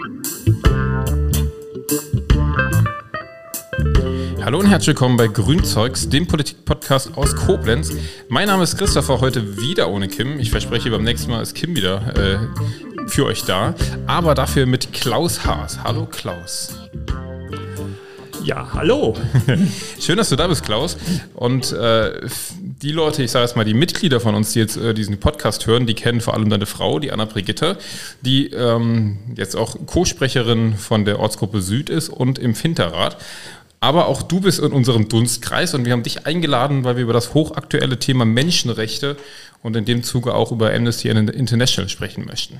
Hallo und herzlich willkommen bei Grünzeugs, dem Politik-Podcast aus Koblenz. Mein Name ist Christopher, heute wieder ohne Kim. Ich verspreche, beim nächsten Mal ist Kim wieder für euch da, aber dafür mit Klaus Haas. Hallo Klaus. Ja, hallo. Schön, dass du da bist, Klaus. Und die Leute, ich sage jetzt mal die Mitglieder von uns, die jetzt diesen Podcast hören, die kennen vor allem deine Frau, die Anna Brigitte, die jetzt auch Co-Sprecherin von der Ortsgruppe Süd ist und im Finterrat. Aber auch du bist in unserem Dunstkreis und wir haben dich eingeladen, weil wir über das hochaktuelle Thema Menschenrechte und in dem Zuge auch über Amnesty International sprechen möchten.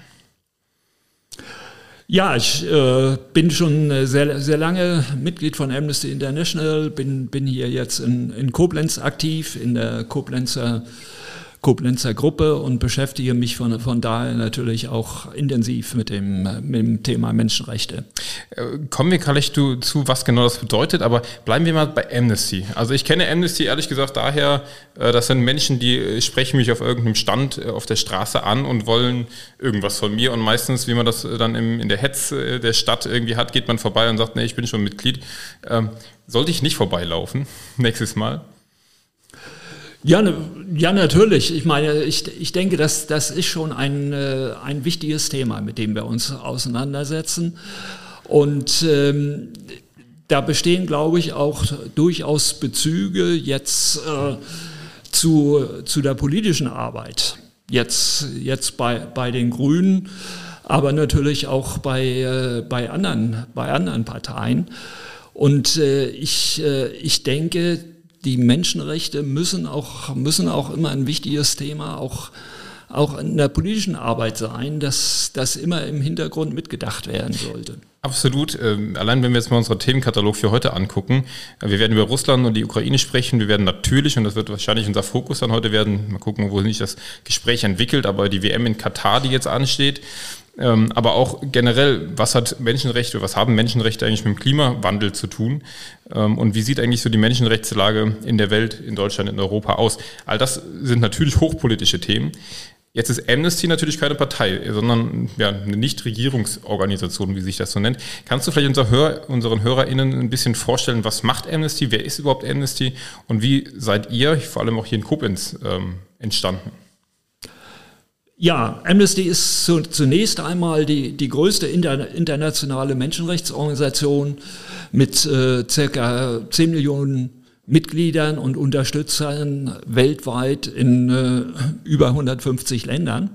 Ja, ich bin schon sehr, sehr lange Mitglied von Amnesty International, bin hier jetzt in Koblenz aktiv, in der Koblenzer Gruppe und beschäftige mich von daher natürlich auch intensiv mit dem Thema Menschenrechte. Kommen wir gleich zu, was genau das bedeutet, aber bleiben wir mal bei Amnesty. Also ich kenne Amnesty ehrlich gesagt daher, das sind Menschen, die sprechen mich auf irgendeinem Stand auf der Straße an und wollen irgendwas von mir und meistens, wie man das dann in der Hetze der Stadt irgendwie hat, geht man vorbei und sagt, nee, ich bin schon Mitglied. Sollte ich nicht vorbeilaufen nächstes Mal? Ja, natürlich. Ich meine, ich denke, das ist schon ein wichtiges Thema, mit dem wir uns auseinandersetzen. Und da bestehen, glaube ich, auch durchaus Bezüge jetzt zu der politischen Arbeit. Jetzt bei den Grünen, aber natürlich auch bei anderen Parteien. Und ich denke, die Menschenrechte müssen auch immer ein wichtiges Thema, auch in der politischen Arbeit sein, dass das immer im Hintergrund mitgedacht werden sollte. Absolut. Allein wenn wir jetzt mal unseren Themenkatalog für heute angucken, wir werden über Russland und die Ukraine sprechen, wir werden natürlich, und das wird wahrscheinlich unser Fokus dann heute werden, mal gucken, wo sich das Gespräch entwickelt, aber die WM in Katar, die jetzt ansteht, aber auch generell, was haben Menschenrechte eigentlich mit dem Klimawandel zu tun und wie sieht eigentlich so die Menschenrechtslage in der Welt, in Deutschland, in Europa aus? All das sind natürlich hochpolitische Themen. Jetzt ist Amnesty natürlich keine Partei, sondern eine Nichtregierungsorganisation, wie sich das so nennt. Kannst du vielleicht unseren HörerInnen ein bisschen vorstellen, was macht Amnesty, wer ist überhaupt Amnesty und wie seid ihr, vor allem auch hier in Koblenz, entstanden? Ja, Amnesty ist zunächst einmal die größte internationale Menschenrechtsorganisation mit circa 10 Millionen Mitgliedern und Unterstützern weltweit in über 150 Ländern.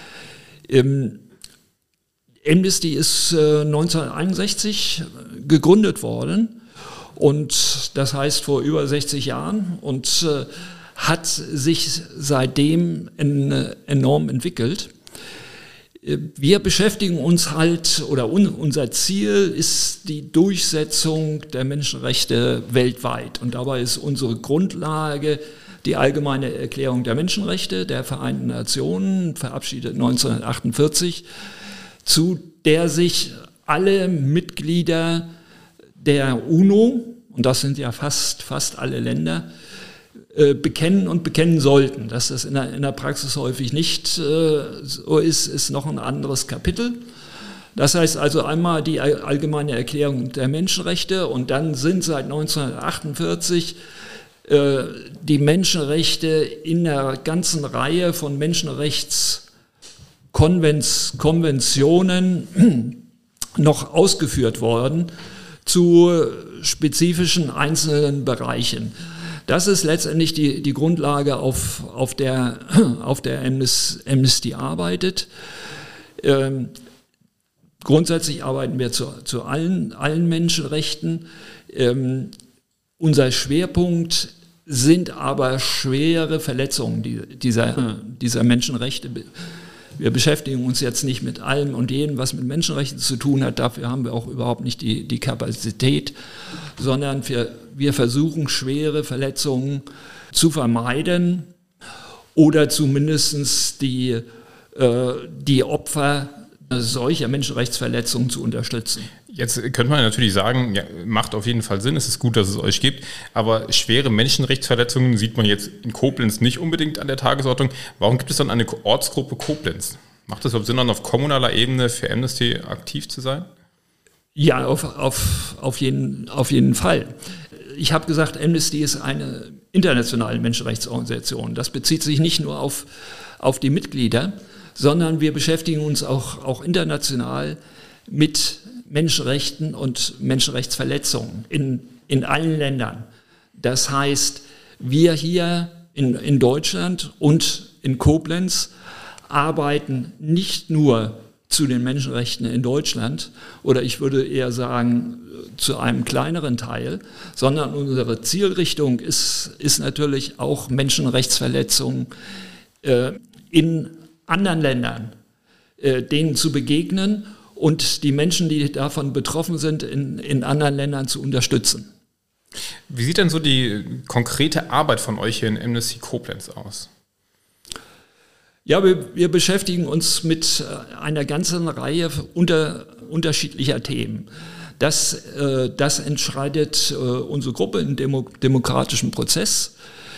Amnesty ist 1961 gegründet worden und das heißt vor über 60 Jahren und hat sich seitdem enorm entwickelt. Wir beschäftigen uns unser Ziel ist die Durchsetzung der Menschenrechte weltweit. Und dabei ist unsere Grundlage die Allgemeine Erklärung der Menschenrechte der Vereinten Nationen, verabschiedet 1948, zu der sich alle Mitglieder der UNO, und das sind ja fast alle Länder, bekennen sollten. Dass das in der Praxis häufig nicht so ist noch ein anderes Kapitel. Das heißt also einmal die Allgemeine Erklärung der Menschenrechte und dann sind seit 1948 die Menschenrechte in einer ganzen Reihe von Menschenrechtskonventionen noch ausgeführt worden zu spezifischen einzelnen Bereichen. Das ist letztendlich die Grundlage, auf der Amnesty arbeitet. Grundsätzlich arbeiten wir zu allen Menschenrechten. Unser Schwerpunkt sind aber schwere Verletzungen dieser Menschenrechte. Wir beschäftigen uns jetzt nicht mit allem und jedem, was mit Menschenrechten zu tun hat. Dafür haben wir auch überhaupt nicht die Kapazität, sondern wir versuchen, schwere Verletzungen zu vermeiden oder zumindest die Opfer solcher Menschenrechtsverletzungen zu unterstützen. Jetzt könnte man natürlich sagen, ja, macht auf jeden Fall Sinn, es ist gut, dass es euch gibt, aber schwere Menschenrechtsverletzungen sieht man jetzt in Koblenz nicht unbedingt an der Tagesordnung. Warum gibt es dann eine Ortsgruppe Koblenz? Macht es überhaupt Sinn, dann auf kommunaler Ebene für Amnesty aktiv zu sein? Ja, auf jeden Fall. Ich habe gesagt, Amnesty ist eine internationale Menschenrechtsorganisation. Das bezieht sich nicht nur auf die Mitglieder, sondern wir beschäftigen uns auch international mit Menschenrechten und Menschenrechtsverletzungen in allen Ländern. Das heißt, wir hier in Deutschland und in Koblenz arbeiten nicht nur zu den Menschenrechten in Deutschland oder ich würde eher sagen zu einem kleineren Teil, sondern unsere Zielrichtung ist natürlich auch Menschenrechtsverletzungen in anderen Ländern, denen zu begegnen und die Menschen, die davon betroffen sind, in anderen Ländern zu unterstützen. Wie sieht denn so die konkrete Arbeit von euch hier in Amnesty Koblenz aus? Ja, wir beschäftigen uns mit einer ganzen Reihe unterschiedlicher Themen. Das entscheidet unsere Gruppe im demokratischen Prozess.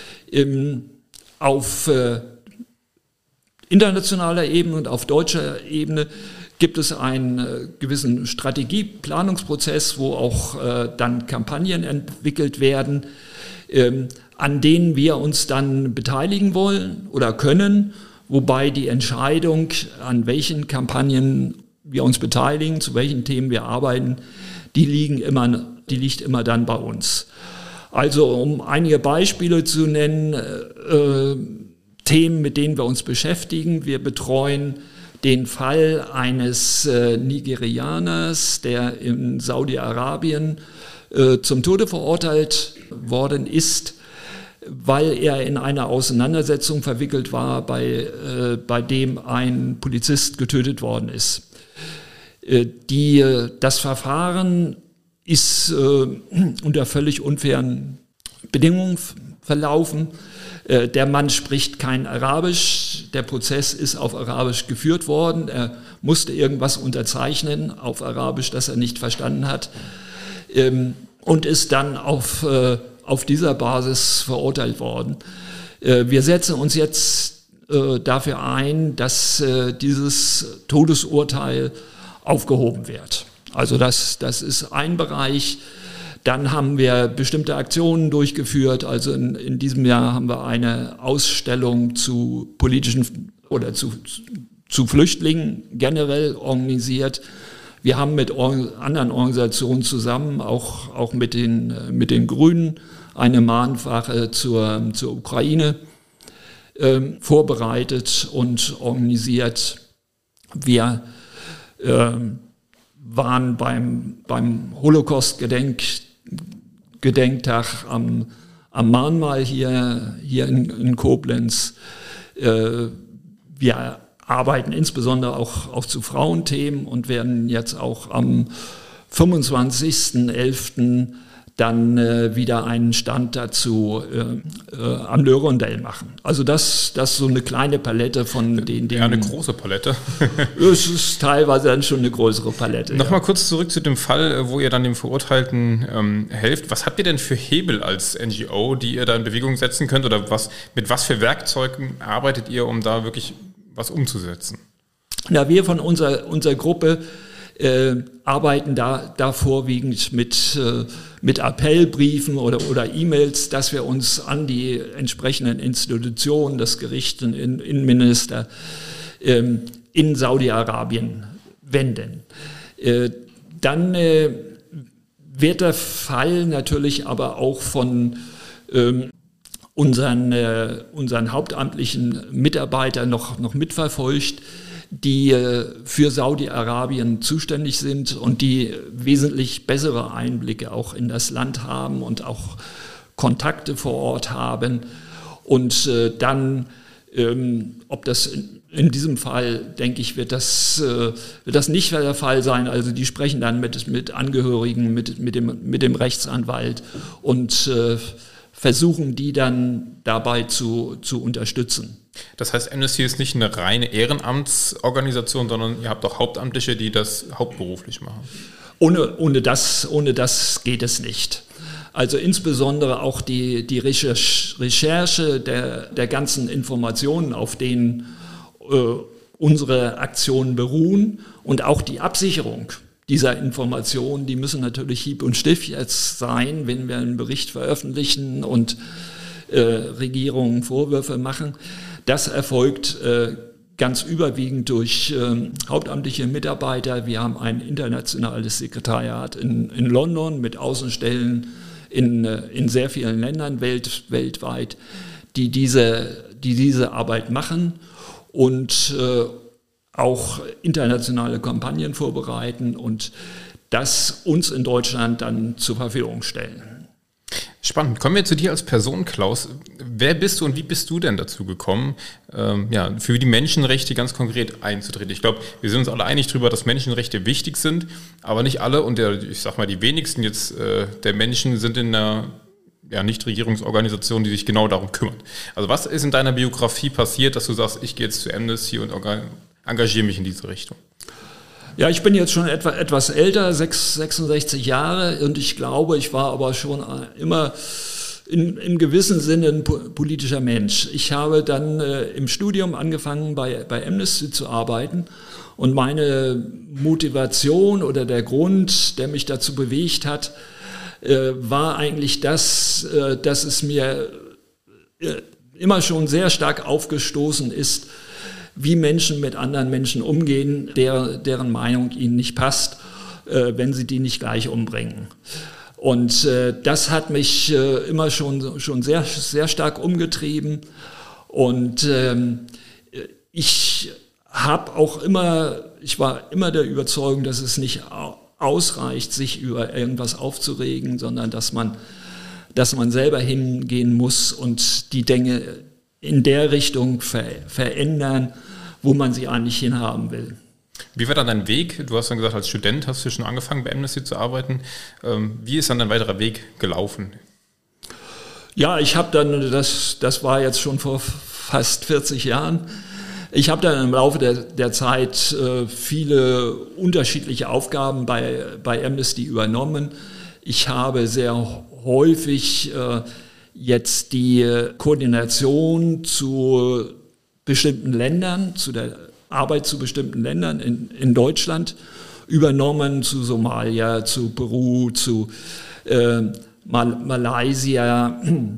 Auf internationaler Ebene und auf deutscher Ebene gibt es einen gewissen Strategieplanungsprozess, wo auch dann Kampagnen entwickelt werden, an denen wir uns dann beteiligen wollen oder können, wobei die Entscheidung, an welchen Kampagnen wir uns beteiligen, zu welchen Themen wir arbeiten, die liegt immer dann bei uns. Also um einige Beispiele zu nennen, Themen, mit denen wir uns beschäftigen. Wir betreuen den Fall eines Nigerianers, der in Saudi-Arabien zum Tode verurteilt worden ist, weil er in einer Auseinandersetzung verwickelt war, bei dem ein Polizist getötet worden ist. Das Verfahren ist unter völlig unfairen Bedingungen verlaufen. Der Mann spricht kein Arabisch, der Prozess ist auf Arabisch geführt worden, er musste irgendwas unterzeichnen auf Arabisch, das er nicht verstanden hat, und ist dann auf dieser Basis verurteilt worden. Wir setzen uns jetzt dafür ein, dass dieses Todesurteil aufgehoben wird. Also das ist ein Bereich. Dann haben wir bestimmte Aktionen durchgeführt. Also in diesem Jahr haben wir eine Ausstellung zu politischen oder zu Flüchtlingen generell organisiert. Wir haben mit anderen Organisationen zusammen, auch mit den Grünen, eine Mahnwache zur Ukraine vorbereitet und organisiert. Wir waren beim Holocaust-Gedenktag am Mahnmal hier in Koblenz. Wir arbeiten insbesondere auch zu Frauenthemen und werden jetzt auch am 25.11. dann wieder einen Stand dazu am Le-Rondell machen. Also das ist so eine kleine Palette von den Dingen. Ja, eine große Palette. Es ist teilweise dann schon eine größere Palette. Nochmal kurz zurück zu dem Fall, wo ihr dann dem Verurteilten helft. Was habt ihr denn für Hebel als NGO, die ihr da in Bewegung setzen könnt? Oder mit was für Werkzeugen arbeitet ihr, um da wirklich was umzusetzen? Na, wir von unserer Gruppe arbeiten da vorwiegend mit Appellbriefen oder E-Mails, dass wir uns an die entsprechenden Institutionen, das Gericht, den Innenminister in Saudi-Arabien wenden. Dann wird der Fall natürlich aber auch von unseren hauptamtlichen Mitarbeitern noch mitverfolgt, die für Saudi-Arabien zuständig sind und die wesentlich bessere Einblicke auch in das Land haben und auch Kontakte vor Ort haben. Und dann, ob das in diesem Fall, denke ich, wird das nicht der Fall sein. Also die sprechen dann mit Angehörigen, mit dem Rechtsanwalt und versuchen die dann dabei zu unterstützen. Das heißt, Amnesty ist nicht eine reine Ehrenamtsorganisation, sondern ihr habt auch Hauptamtliche, die das hauptberuflich machen. Ohne das geht es nicht. Also insbesondere auch die Recherche der ganzen Informationen, auf denen unsere Aktionen beruhen und auch die Absicherung dieser Informationen, die müssen natürlich hieb- und stift jetzt sein, wenn wir einen Bericht veröffentlichen und Regierungen Vorwürfe machen. Das erfolgt ganz überwiegend durch hauptamtliche Mitarbeiter. Wir haben ein internationales Sekretariat in London mit Außenstellen in sehr vielen Ländern weltweit, die diese Arbeit machen und auch internationale Kampagnen vorbereiten und das uns in Deutschland dann zur Verfügung stellen. Spannend. Kommen wir zu dir als Person, Klaus. Wer bist du und wie bist du denn dazu gekommen, für die Menschenrechte ganz konkret einzutreten? Ich glaube, wir sind uns alle einig darüber, dass Menschenrechte wichtig sind, aber nicht alle und die wenigsten jetzt der Menschen sind in einer Nichtregierungsorganisation, die sich genau darum kümmert. Also was ist in deiner Biografie passiert, dass du sagst, ich gehe jetzt zu Amnesty und engagiere mich in diese Richtung? Ja, ich bin jetzt schon etwas älter, 66 Jahre, und ich glaube, ich war aber schon immer im gewissen Sinne ein politischer Mensch. Ich habe dann im Studium angefangen, bei Amnesty zu arbeiten, und meine Motivation oder der Grund, der mich dazu bewegt hat, war eigentlich dass es mir immer schon sehr stark aufgestoßen ist, wie Menschen mit anderen Menschen umgehen, deren Meinung ihnen nicht passt, wenn sie die nicht gleich umbringen. Und das hat mich immer schon sehr, sehr stark umgetrieben. Und ich war immer der Überzeugung, dass es nicht ausreicht, sich über irgendwas aufzuregen, sondern dass man selber hingehen muss und die Dinge in der Richtung verändern, wo man sie eigentlich hinhaben will. Wie war dann dein Weg? Du hast dann gesagt, als Student hast du schon angefangen, bei Amnesty zu arbeiten. Wie ist dann dein weiterer Weg gelaufen? Ja, ich habe dann, das war jetzt schon vor fast 40 Jahren, ich habe dann im Laufe der Zeit viele unterschiedliche Aufgaben bei Amnesty übernommen. Ich habe sehr häufig jetzt die Koordination zu bestimmten Ländern, zu der Arbeit zu bestimmten Ländern in Deutschland übernommen, zu Somalia, zu Peru, zu Malaysia,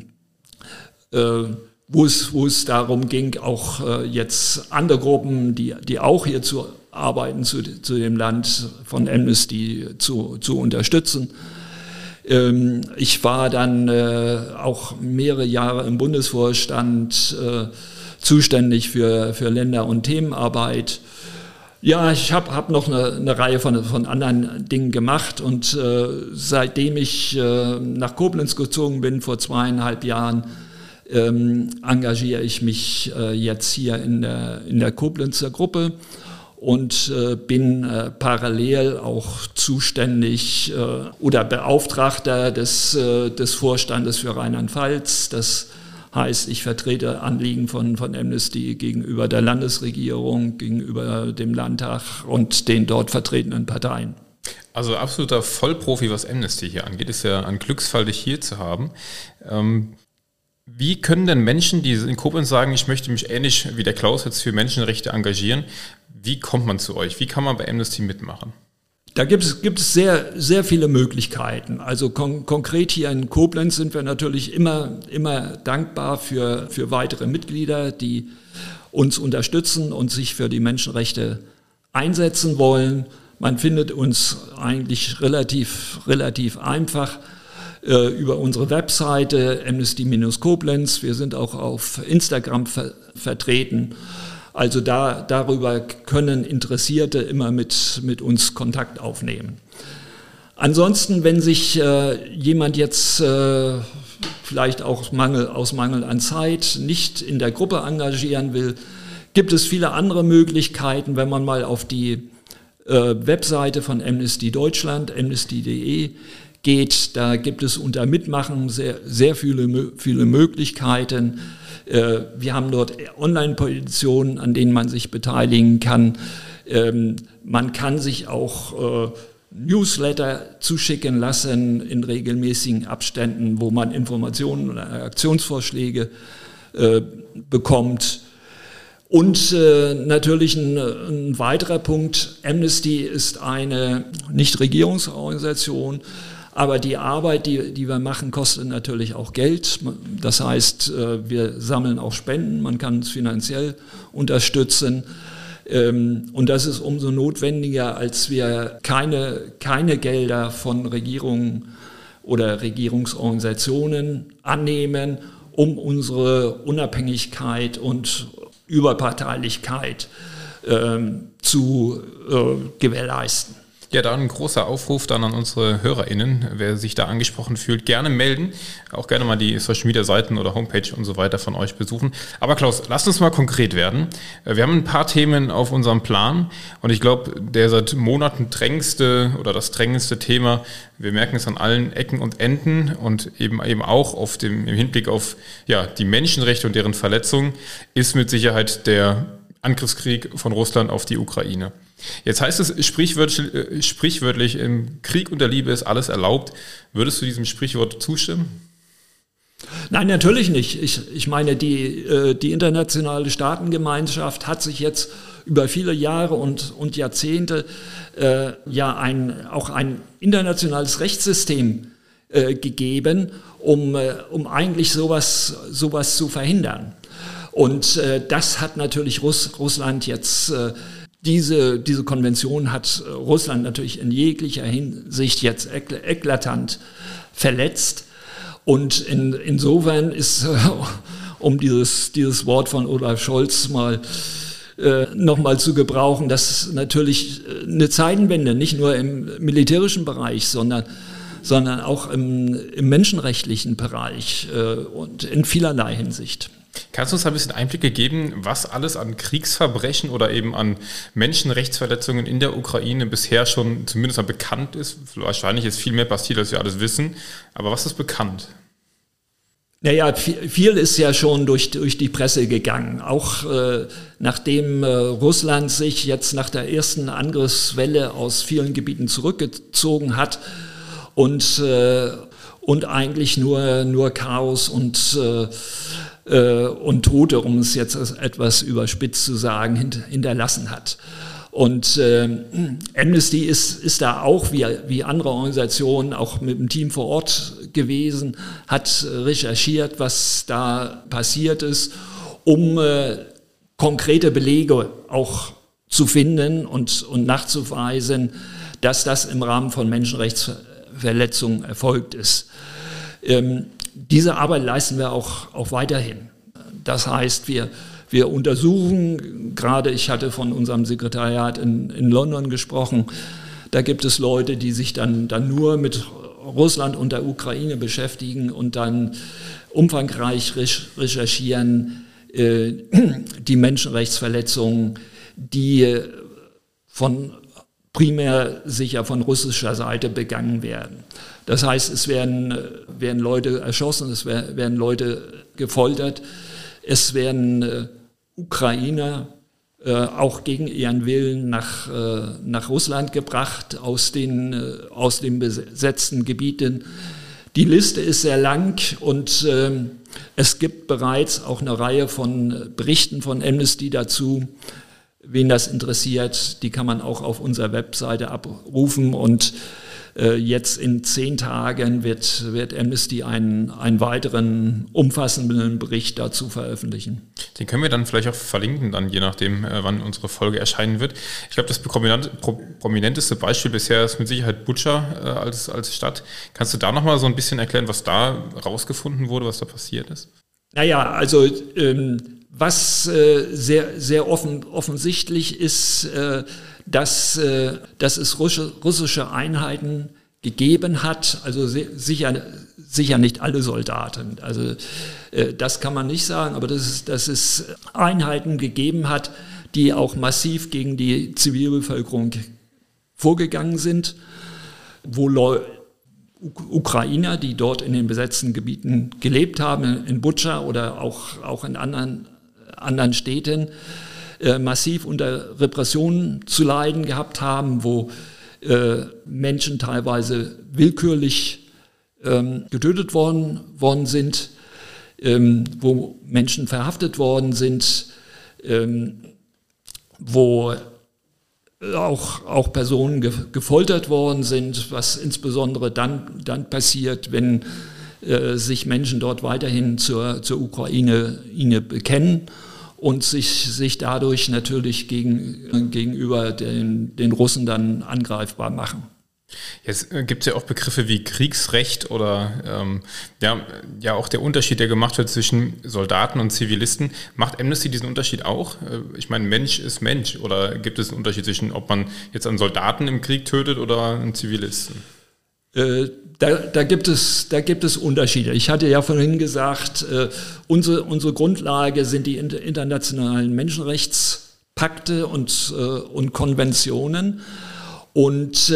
wo es darum ging, auch jetzt andere Gruppen, die auch hier zu arbeiten, zu dem Land von Amnesty zu unterstützen. Ich war dann auch mehrere Jahre im Bundesvorstand zuständig für Länder- und Themenarbeit. Ja, ich hab noch eine Reihe von anderen Dingen gemacht, und seitdem ich nach Koblenz gezogen bin, vor 2,5 Jahren, engagiere ich mich jetzt hier in der Koblenzer Gruppe und bin parallel auch zuständig oder Beauftragter des Vorstandes für Rheinland-Pfalz. Das heißt, ich vertrete Anliegen von Amnesty gegenüber der Landesregierung, gegenüber dem Landtag und den dort vertretenen Parteien. Also absoluter Vollprofi, was Amnesty hier angeht. Ist ja ein Glücksfall, dich hier zu haben. Wie können denn Menschen, die in Koblenz sagen, ich möchte mich ähnlich wie der Klaus jetzt für Menschenrechte engagieren, wie kommt man zu euch? Wie kann man bei Amnesty mitmachen? Da gibt es sehr, sehr viele Möglichkeiten. Also konkret hier in Koblenz sind wir natürlich immer dankbar für weitere Mitglieder, die uns unterstützen und sich für die Menschenrechte einsetzen wollen. Man findet uns eigentlich relativ einfach über unsere Webseite Amnesty-Koblenz. Wir sind auch auf Instagram vertreten. Also darüber können Interessierte immer mit uns Kontakt aufnehmen. Ansonsten, wenn sich jemand jetzt vielleicht auch aus Mangel an Zeit nicht in der Gruppe engagieren will, gibt es viele andere Möglichkeiten, wenn man mal auf die Webseite von Amnesty Deutschland, amnesty.de, geht. Da gibt es unter Mitmachen sehr, sehr viele Möglichkeiten. Wir haben dort Online-Petitionen, an denen man sich beteiligen kann. Man kann sich auch Newsletter zuschicken lassen in regelmäßigen Abständen, wo man Informationen oder Aktionsvorschläge bekommt. Und natürlich ein weiterer Punkt, Amnesty ist eine Nichtregierungsorganisation, aber die Arbeit, die wir machen, kostet natürlich auch Geld. Das heißt, wir sammeln auch Spenden, man kann uns finanziell unterstützen. Und das ist umso notwendiger, als wir keine Gelder von Regierungen oder Regierungsorganisationen annehmen, um unsere Unabhängigkeit und Überparteilichkeit zu gewährleisten. Ja, da ein großer Aufruf dann an unsere HörerInnen. Wer sich da angesprochen fühlt, gerne melden. Auch gerne mal die Social-Media-Seiten oder Homepage und so weiter von euch besuchen. Aber Klaus, lasst uns mal konkret werden. Wir haben ein paar Themen auf unserem Plan und ich glaube, der seit Monaten das drängendste Thema, wir merken es an allen Ecken und Enden und eben auch im Hinblick auf die Menschenrechte und deren Verletzung, ist mit Sicherheit der Angriffskrieg von Russland auf die Ukraine. Jetzt heißt es sprichwörtlich, im Krieg und der Liebe ist alles erlaubt. Würdest du diesem Sprichwort zustimmen? Nein, natürlich nicht. Ich meine, die internationale Staatengemeinschaft hat sich jetzt über viele Jahre und Jahrzehnte auch ein internationales Rechtssystem gegeben, um eigentlich sowas zu verhindern. Und das hat natürlich Russland jetzt, diese Konvention hat Russland natürlich in jeglicher Hinsicht jetzt eklatant verletzt. Und insofern ist, um dieses Wort von Olaf Scholz nochmal zu gebrauchen, das natürlich eine Zeitenwende, nicht nur im militärischen Bereich, sondern auch im menschenrechtlichen Bereich und in vielerlei Hinsicht. Kannst du uns ein bisschen Einblicke geben, was alles an Kriegsverbrechen oder eben an Menschenrechtsverletzungen in der Ukraine bisher schon zumindest mal bekannt ist? Wahrscheinlich ist viel mehr passiert, als wir alles wissen, aber was ist bekannt? Naja, viel ist ja schon durch die Presse gegangen. Auch nachdem Russland sich jetzt nach der ersten Angriffswelle aus vielen Gebieten zurückgezogen hat und eigentlich nur Chaos und Tote, um es jetzt etwas überspitzt zu sagen, hinterlassen hat. Und Amnesty ist da auch wie andere Organisationen auch mit dem Team vor Ort gewesen, hat recherchiert, was da passiert ist, um konkrete Belege auch zu finden und nachzuweisen, dass das im Rahmen von Menschenrechtsverletzungen erfolgt ist. Diese Arbeit leisten wir auch weiterhin. Das heißt, wir untersuchen, gerade ich hatte von unserem Sekretariat in London gesprochen, da gibt es Leute, die sich dann nur mit Russland und der Ukraine beschäftigen und dann umfangreich recherchieren die Menschenrechtsverletzungen, die primär sicher von russischer Seite begangen werden. Das heißt, es werden Leute erschossen, es werden Leute gefoltert, es werden Ukrainer auch gegen ihren Willen nach Russland gebracht aus den besetzten Gebieten. Die Liste ist sehr lang und es gibt bereits auch eine Reihe von Berichten von Amnesty dazu. Wen das interessiert, die kann man auch auf unserer Webseite abrufen und jetzt in 10 Tagen wird Amnesty einen weiteren umfassenden Bericht dazu veröffentlichen. Den können wir dann vielleicht auch verlinken, dann je nachdem, wann unsere Folge erscheinen wird. Ich glaube, das prominenteste Beispiel bisher ist mit Sicherheit Butscha als Stadt. Kannst du da nochmal so ein bisschen erklären, was da rausgefunden wurde, was da passiert ist? Naja, also was sehr, sehr offensichtlich ist, dass es russische Einheiten gegeben hat, also sicher nicht alle Soldaten, also das kann man nicht sagen, aber dass es Einheiten gegeben hat, die auch massiv gegen die Zivilbevölkerung vorgegangen sind, wo Ukrainer, die dort in den besetzten Gebieten gelebt haben, in Butscha oder auch in anderen Städten, massiv unter Repressionen zu leiden gehabt haben, wo Menschen teilweise willkürlich getötet worden sind, wo Menschen verhaftet worden sind, wo auch Personen gefoltert worden sind, was insbesondere dann passiert, wenn sich Menschen dort weiterhin zur Ukraine bekennen und sich dadurch natürlich gegenüber den Russen dann angreifbar machen. Jetzt gibt es ja auch Begriffe wie Kriegsrecht oder auch der Unterschied, der gemacht wird zwischen Soldaten und Zivilisten. Macht Amnesty diesen Unterschied auch? Ich meine, Mensch ist Mensch. Oder gibt es einen Unterschied zwischen, ob man jetzt einen Soldaten im Krieg tötet oder einen Zivilisten? Da gibt es Unterschiede. Ich hatte ja vorhin gesagt, unsere Grundlage sind die internationalen Menschenrechtspakte und Konventionen. Und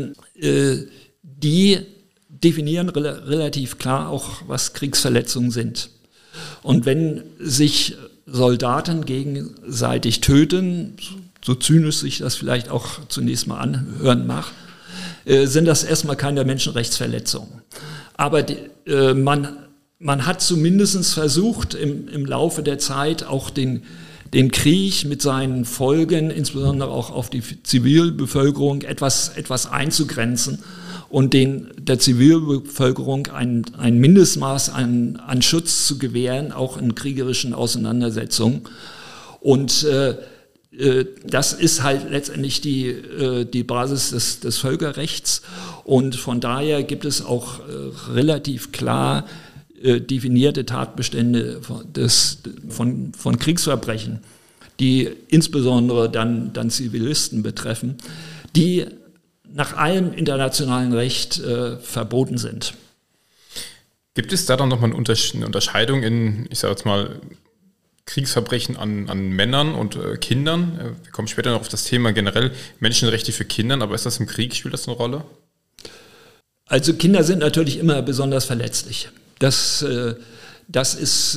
die definieren relativ klar auch, was Kriegsverletzungen sind. Und wenn sich Soldaten gegenseitig töten, so zynisch sich das vielleicht auch zunächst mal anhören mag, sind das erstmal keine Menschenrechtsverletzungen. Aber man hat zumindest versucht, im Laufe der Zeit auch den Krieg mit seinen Folgen, insbesondere auch auf die Zivilbevölkerung, etwas einzugrenzen und der Zivilbevölkerung ein Mindestmaß an Schutz zu gewähren, auch in kriegerischen Auseinandersetzungen. Und das ist halt letztendlich die Basis des Völkerrechts. Und von daher gibt es auch relativ klar definierte Tatbestände von Kriegsverbrechen, die insbesondere dann Zivilisten betreffen, die nach allem internationalen Recht verboten sind. Gibt es da dann nochmal eine Unterscheidung in, ich sage jetzt mal, Kriegsverbrechen an Männern und Kindern? Wir kommen später noch auf das Thema generell Menschenrechte für Kinder, aber ist das im Krieg, spielt das eine Rolle? Also Kinder sind natürlich immer besonders verletzlich. Das ist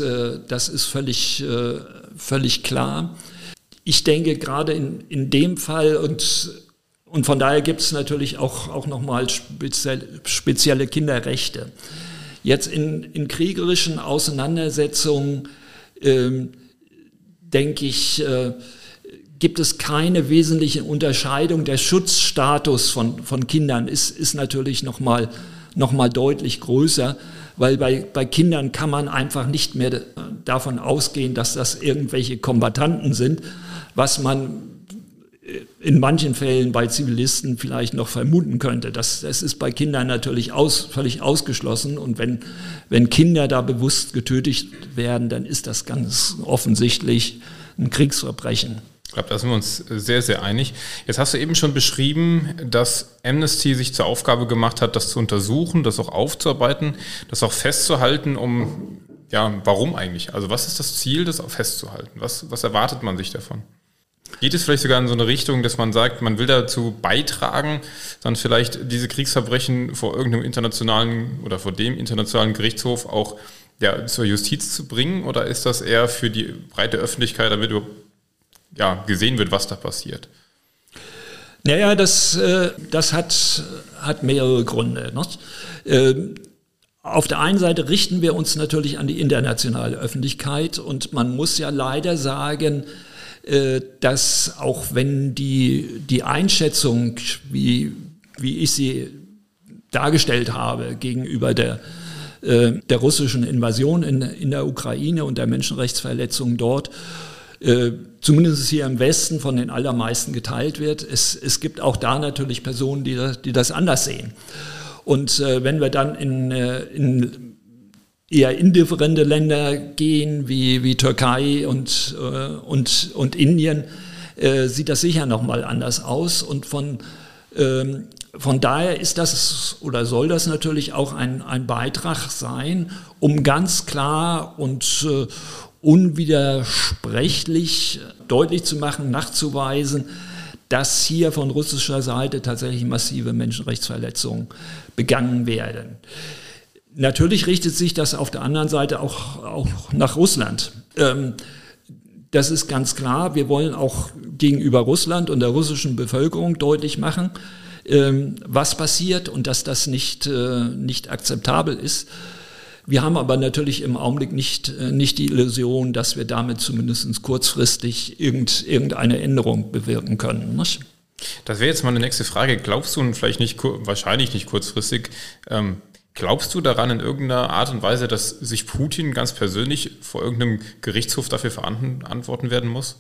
völlig klar. Ich denke, gerade in dem Fall und von daher gibt es natürlich auch nochmal spezielle Kinderrechte. Jetzt in kriegerischen Auseinandersetzungen, denke ich, gibt es keine wesentliche Unterscheidung. Der Schutzstatus von Kindern ist natürlich nochmal deutlich größer, weil bei Kindern kann man einfach nicht mehr davon ausgehen, dass das irgendwelche Kombattanten sind, was man in manchen Fällen bei Zivilisten vielleicht noch vermuten könnte. Das ist bei Kindern natürlich völlig ausgeschlossen. Und wenn Kinder da bewusst getötet werden, dann ist das ganz offensichtlich ein Kriegsverbrechen. Ich glaube, da sind wir uns sehr, sehr einig. Jetzt hast du eben schon beschrieben, dass Amnesty sich zur Aufgabe gemacht hat, das zu untersuchen, das auch aufzuarbeiten, das auch festzuhalten, warum eigentlich? Also was ist das Ziel, das auch festzuhalten? Was erwartet man sich davon? Geht es vielleicht sogar in so eine Richtung, dass man sagt, man will dazu beitragen, dann vielleicht diese Kriegsverbrechen vor irgendeinem internationalen oder vor dem internationalen Gerichtshof auch zur Justiz zu bringen? Oder ist das eher für die breite Öffentlichkeit, damit gesehen wird, was da passiert? Naja, das hat mehrere Gründe. Ne? Auf der einen Seite richten wir uns natürlich an die internationale Öffentlichkeit und man muss ja leider sagen, dass auch wenn die Einschätzung, wie ich sie dargestellt habe, gegenüber der russischen Invasion in der Ukraine und der Menschenrechtsverletzungen dort, zumindest hier im Westen von den allermeisten geteilt wird. Es gibt auch da natürlich Personen, die das anders sehen. Und wenn wir dann in eher indifferente Länder gehen, wie Türkei und Indien, sieht das sicher nochmal anders aus. Und von daher ist das oder soll das natürlich auch ein Beitrag sein, um ganz klar und unwidersprechlich deutlich zu machen, nachzuweisen, dass hier von russischer Seite tatsächlich massive Menschenrechtsverletzungen begangen werden. Natürlich richtet sich das auf der anderen Seite auch nach Russland. Das ist ganz klar. Wir wollen auch gegenüber Russland und der russischen Bevölkerung deutlich machen, was passiert und dass das nicht akzeptabel ist. Wir haben aber natürlich im Augenblick nicht die Illusion, dass wir damit zumindest kurzfristig irgendeine Änderung bewirken können. Nicht? Das wäre jetzt mal eine nächste Frage. Glaubst du, und vielleicht nicht, wahrscheinlich nicht kurzfristig, glaubst du daran in irgendeiner Art und Weise, dass sich Putin ganz persönlich vor irgendeinem Gerichtshof dafür verantworten werden muss?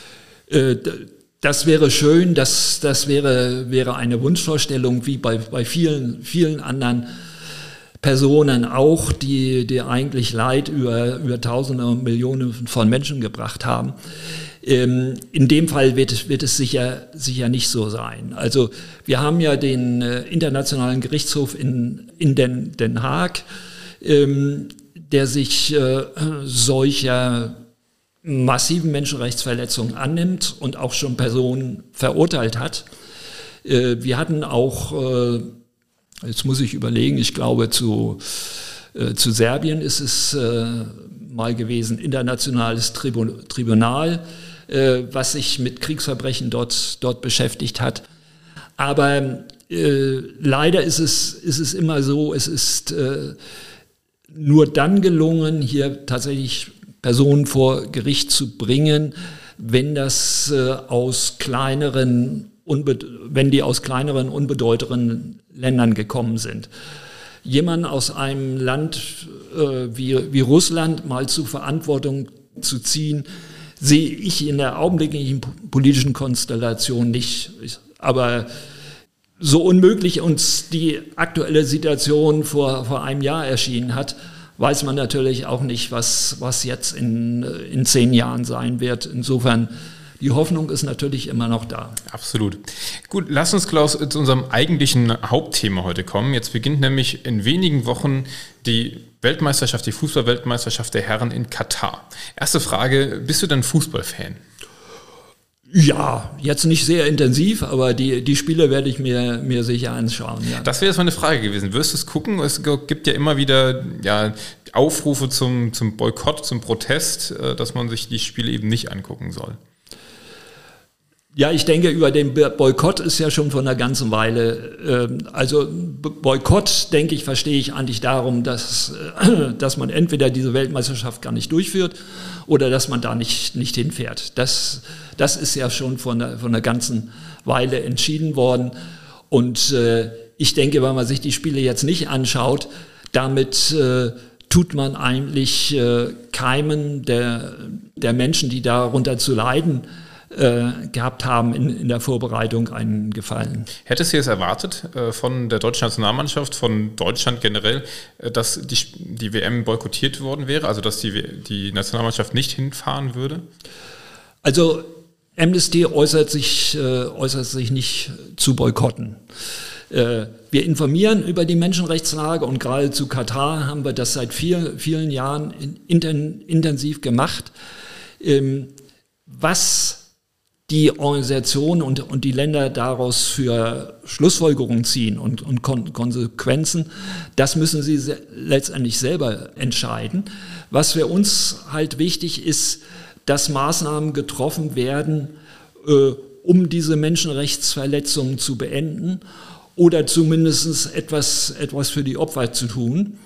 Das wäre schön, das wäre eine Wunschvorstellung, wie bei vielen, vielen anderen Personen auch, die eigentlich Leid über Tausende und Millionen von Menschen gebracht haben. In dem Fall wird es sicher nicht so sein. Also wir haben ja den Internationalen Gerichtshof in Den Haag, der sich solcher massiven Menschenrechtsverletzungen annimmt und auch schon Personen verurteilt hat. Wir hatten auch, jetzt muss ich überlegen, ich glaube zu Serbien ist es mal gewesen, internationales Tribunal, was sich mit Kriegsverbrechen dort beschäftigt hat. Aber leider ist es immer so, es ist nur dann gelungen, hier tatsächlich Personen vor Gericht zu bringen, wenn das wenn die aus kleineren, unbedeutenden Ländern gekommen sind. Jemanden aus einem Land wie Russland mal zur Verantwortung zu ziehen, sehe ich in der augenblicklichen politischen Konstellation nicht. Aber so unmöglich uns die aktuelle Situation vor einem Jahr erschienen hat, weiß man natürlich auch nicht, was jetzt in 10 Jahren sein wird. Insofern, die Hoffnung ist natürlich immer noch da. Absolut. Gut, lass uns, Klaus, zu unserem eigentlichen Hauptthema heute kommen. Jetzt beginnt nämlich in wenigen Wochen die Weltmeisterschaft, die Fußball-Weltmeisterschaft der Herren in Katar. Erste Frage, bist du denn Fußballfan? Ja, jetzt nicht sehr intensiv, aber die Spiele werde ich mir sicher anschauen. Ja. Das wäre jetzt meine Frage gewesen. Wirst du es gucken? Es gibt ja immer wieder Aufrufe zum Boykott, zum Protest, dass man sich die Spiele eben nicht angucken soll. Ja, ich denke, über den Boykott ist ja schon von einer ganzen Weile, also Boykott, denke ich, verstehe ich eigentlich darum, dass man entweder diese Weltmeisterschaft gar nicht durchführt oder dass man da nicht hinfährt. Das ist ja schon von einer ganzen Weile entschieden worden. Und ich denke, wenn man sich die Spiele jetzt nicht anschaut, damit tut man eigentlich keinem der Menschen, die darunter zu leiden gehabt haben in der Vorbereitung, einen Gefallen. Hättest du es erwartet von der deutschen Nationalmannschaft, von Deutschland generell, dass die WM boykottiert worden wäre, also dass die Nationalmannschaft nicht hinfahren würde? Also Amnesty äußert sich nicht zu boykotten. Wir informieren über die Menschenrechtslage und gerade zu Katar haben wir das seit vielen Jahren intensiv gemacht. Was die Organisationen und die Länder daraus für Schlussfolgerungen ziehen und Konsequenzen, das müssen sie letztendlich selber entscheiden. Was für uns halt wichtig ist, dass Maßnahmen getroffen werden, um diese Menschenrechtsverletzungen zu beenden oder zumindest etwas für die Opfer zu tun.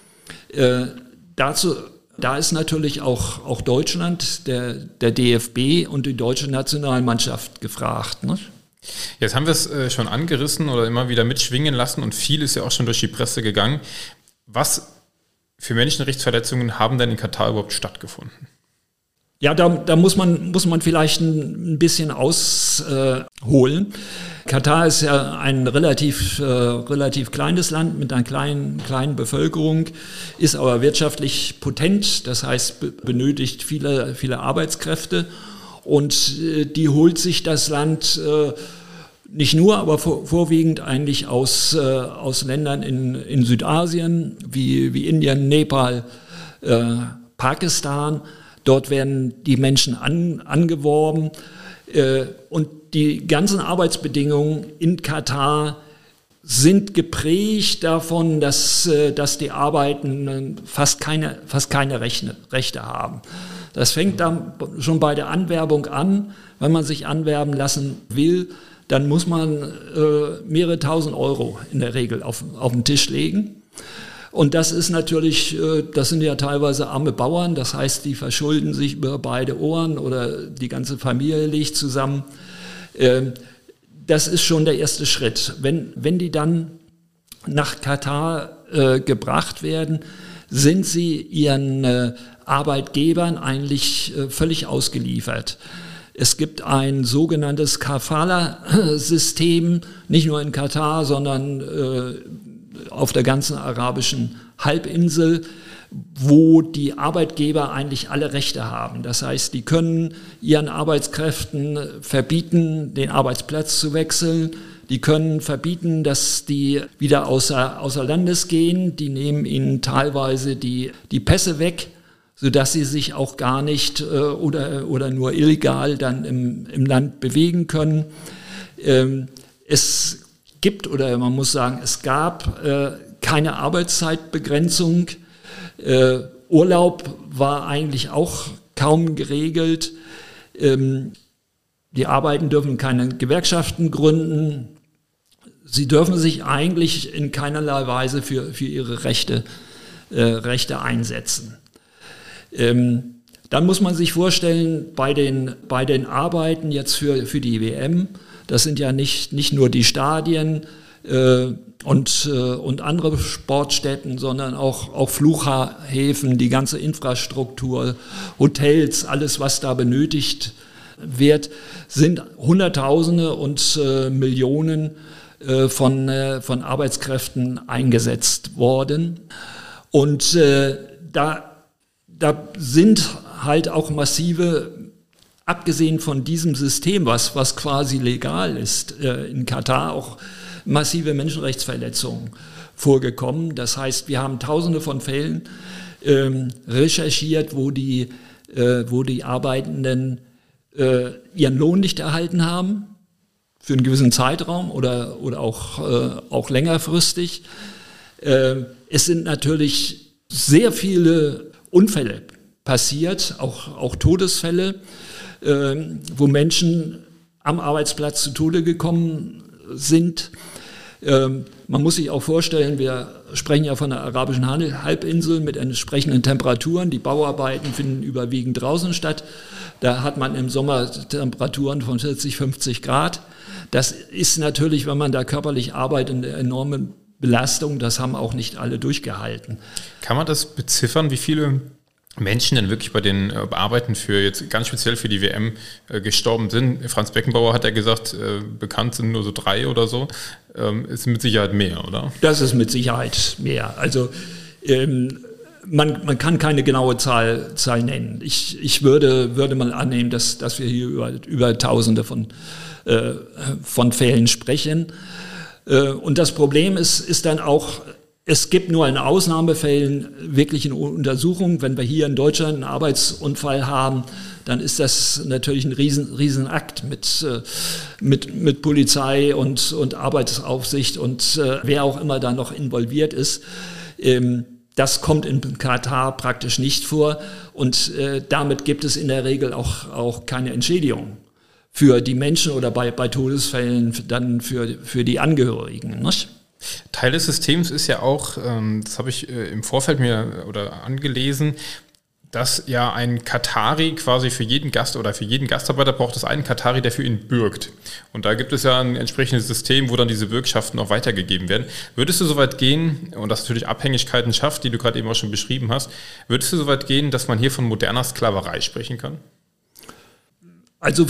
Da ist natürlich auch Deutschland, der DFB und die deutsche Nationalmannschaft gefragt. Ne? Jetzt haben wir es schon angerissen oder immer wieder mitschwingen lassen und viel ist ja auch schon durch die Presse gegangen. Was für Menschenrechtsverletzungen haben denn in Katar überhaupt stattgefunden? Ja, da muss man vielleicht ein bisschen ausholen. Katar ist ja ein relativ kleines Land mit einer kleinen Bevölkerung, ist aber wirtschaftlich potent, das heißt benötigt viele Arbeitskräfte und die holt sich das Land nicht nur, aber vorwiegend eigentlich aus Ländern in Südasien wie Indien, Nepal, Pakistan. Dort werden die Menschen angeworben und die ganzen Arbeitsbedingungen in Katar sind geprägt davon, dass die Arbeitenden fast keine Rechte haben. Das fängt dann schon bei der Anwerbung an. Wenn man sich anwerben lassen will, dann muss man mehrere tausend Euro in der Regel auf den Tisch legen. Und das ist natürlich, das sind ja teilweise arme Bauern, das heißt, die verschulden sich über beide Ohren oder die ganze Familie liegt zusammen. Das ist schon der erste Schritt. Wenn die dann nach Katar gebracht werden, sind sie ihren Arbeitgebern eigentlich völlig ausgeliefert. Es gibt ein sogenanntes Kafala-System, nicht nur in Katar, sondern auf der ganzen arabischen Halbinsel, wo die Arbeitgeber eigentlich alle Rechte haben. Das heißt, die können ihren Arbeitskräften verbieten, den Arbeitsplatz zu wechseln. Die können verbieten, dass die wieder außer Landes gehen. Die nehmen ihnen teilweise die Pässe weg, sodass sie sich auch gar nicht oder nur illegal dann im Land bewegen können. Es gibt, oder man muss sagen, es gab keine Arbeitszeitbegrenzung. Urlaub war eigentlich auch kaum geregelt. Die Arbeiten dürfen keine Gewerkschaften gründen. Sie dürfen sich eigentlich in keinerlei Weise für ihre Rechte einsetzen. Dann muss man sich vorstellen, bei den Arbeiten jetzt für die WM, das sind ja nicht nur die Stadien und andere Sportstätten, sondern auch Flughäfen, die ganze Infrastruktur, Hotels, alles, was da benötigt wird, sind Hunderttausende und Millionen von Arbeitskräften eingesetzt worden. Und da sind halt auch massive, abgesehen von diesem System, was quasi legal ist, in Katar auch massive Menschenrechtsverletzungen vorgekommen. Das heißt, wir haben Tausende von Fällen recherchiert, wo die Arbeitenden ihren Lohn nicht erhalten haben für einen gewissen Zeitraum oder auch längerfristig. Es sind natürlich sehr viele Unfälle passiert, auch Todesfälle, wo Menschen am Arbeitsplatz zu Tode gekommen sind. Man muss sich auch vorstellen, wir sprechen ja von der arabischen Halbinsel mit entsprechenden Temperaturen. Die Bauarbeiten finden überwiegend draußen statt. Da hat man im Sommer Temperaturen von 40, 50 Grad. Das ist natürlich, wenn man da körperlich arbeitet, eine enorme Belastung. Das haben auch nicht alle durchgehalten. Kann man das beziffern, wie viele Menschen denn wirklich bei den Arbeiten für jetzt ganz speziell für die WM gestorben sind? Franz Beckenbauer hat ja gesagt, bekannt sind nur so 3 oder so. Ist mit Sicherheit mehr, oder? Das ist mit Sicherheit mehr. Also man kann keine genaue Zahl nennen. Ich würde mal annehmen, dass wir hier über Tausende von Fällen sprechen. Und das Problem ist dann auch, es gibt nur in Ausnahmefällen wirklich eine Untersuchung. Wenn wir hier in Deutschland einen Arbeitsunfall haben, dann ist das natürlich ein Riesenakt mit Polizei und Arbeitsaufsicht und wer auch immer da noch involviert ist. Das kommt in Katar praktisch nicht vor und damit gibt es in der Regel auch keine Entschädigung für die Menschen oder bei Todesfällen dann für die Angehörigen, nicht? Teil des Systems ist ja auch, das habe ich im Vorfeld mir oder angelesen, dass ja ein Katari quasi für jeden Gast oder für jeden Gastarbeiter braucht es einen Katari, der für ihn bürgt. Und da gibt es ja ein entsprechendes System, wo dann diese Bürgschaften auch weitergegeben werden. Würdest du so weit gehen, und das natürlich Abhängigkeiten schafft, die du gerade eben auch schon beschrieben hast, würdest du so weit gehen, dass man hier von moderner Sklaverei sprechen kann? Also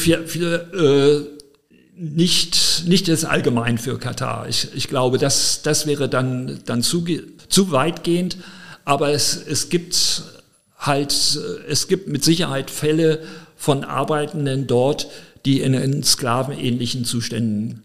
nicht jetzt allgemein für Katar. Ich glaube, das wäre dann zu weitgehend. Aber es gibt mit Sicherheit Fälle von Arbeitenden dort, die in sklavenähnlichen Zuständen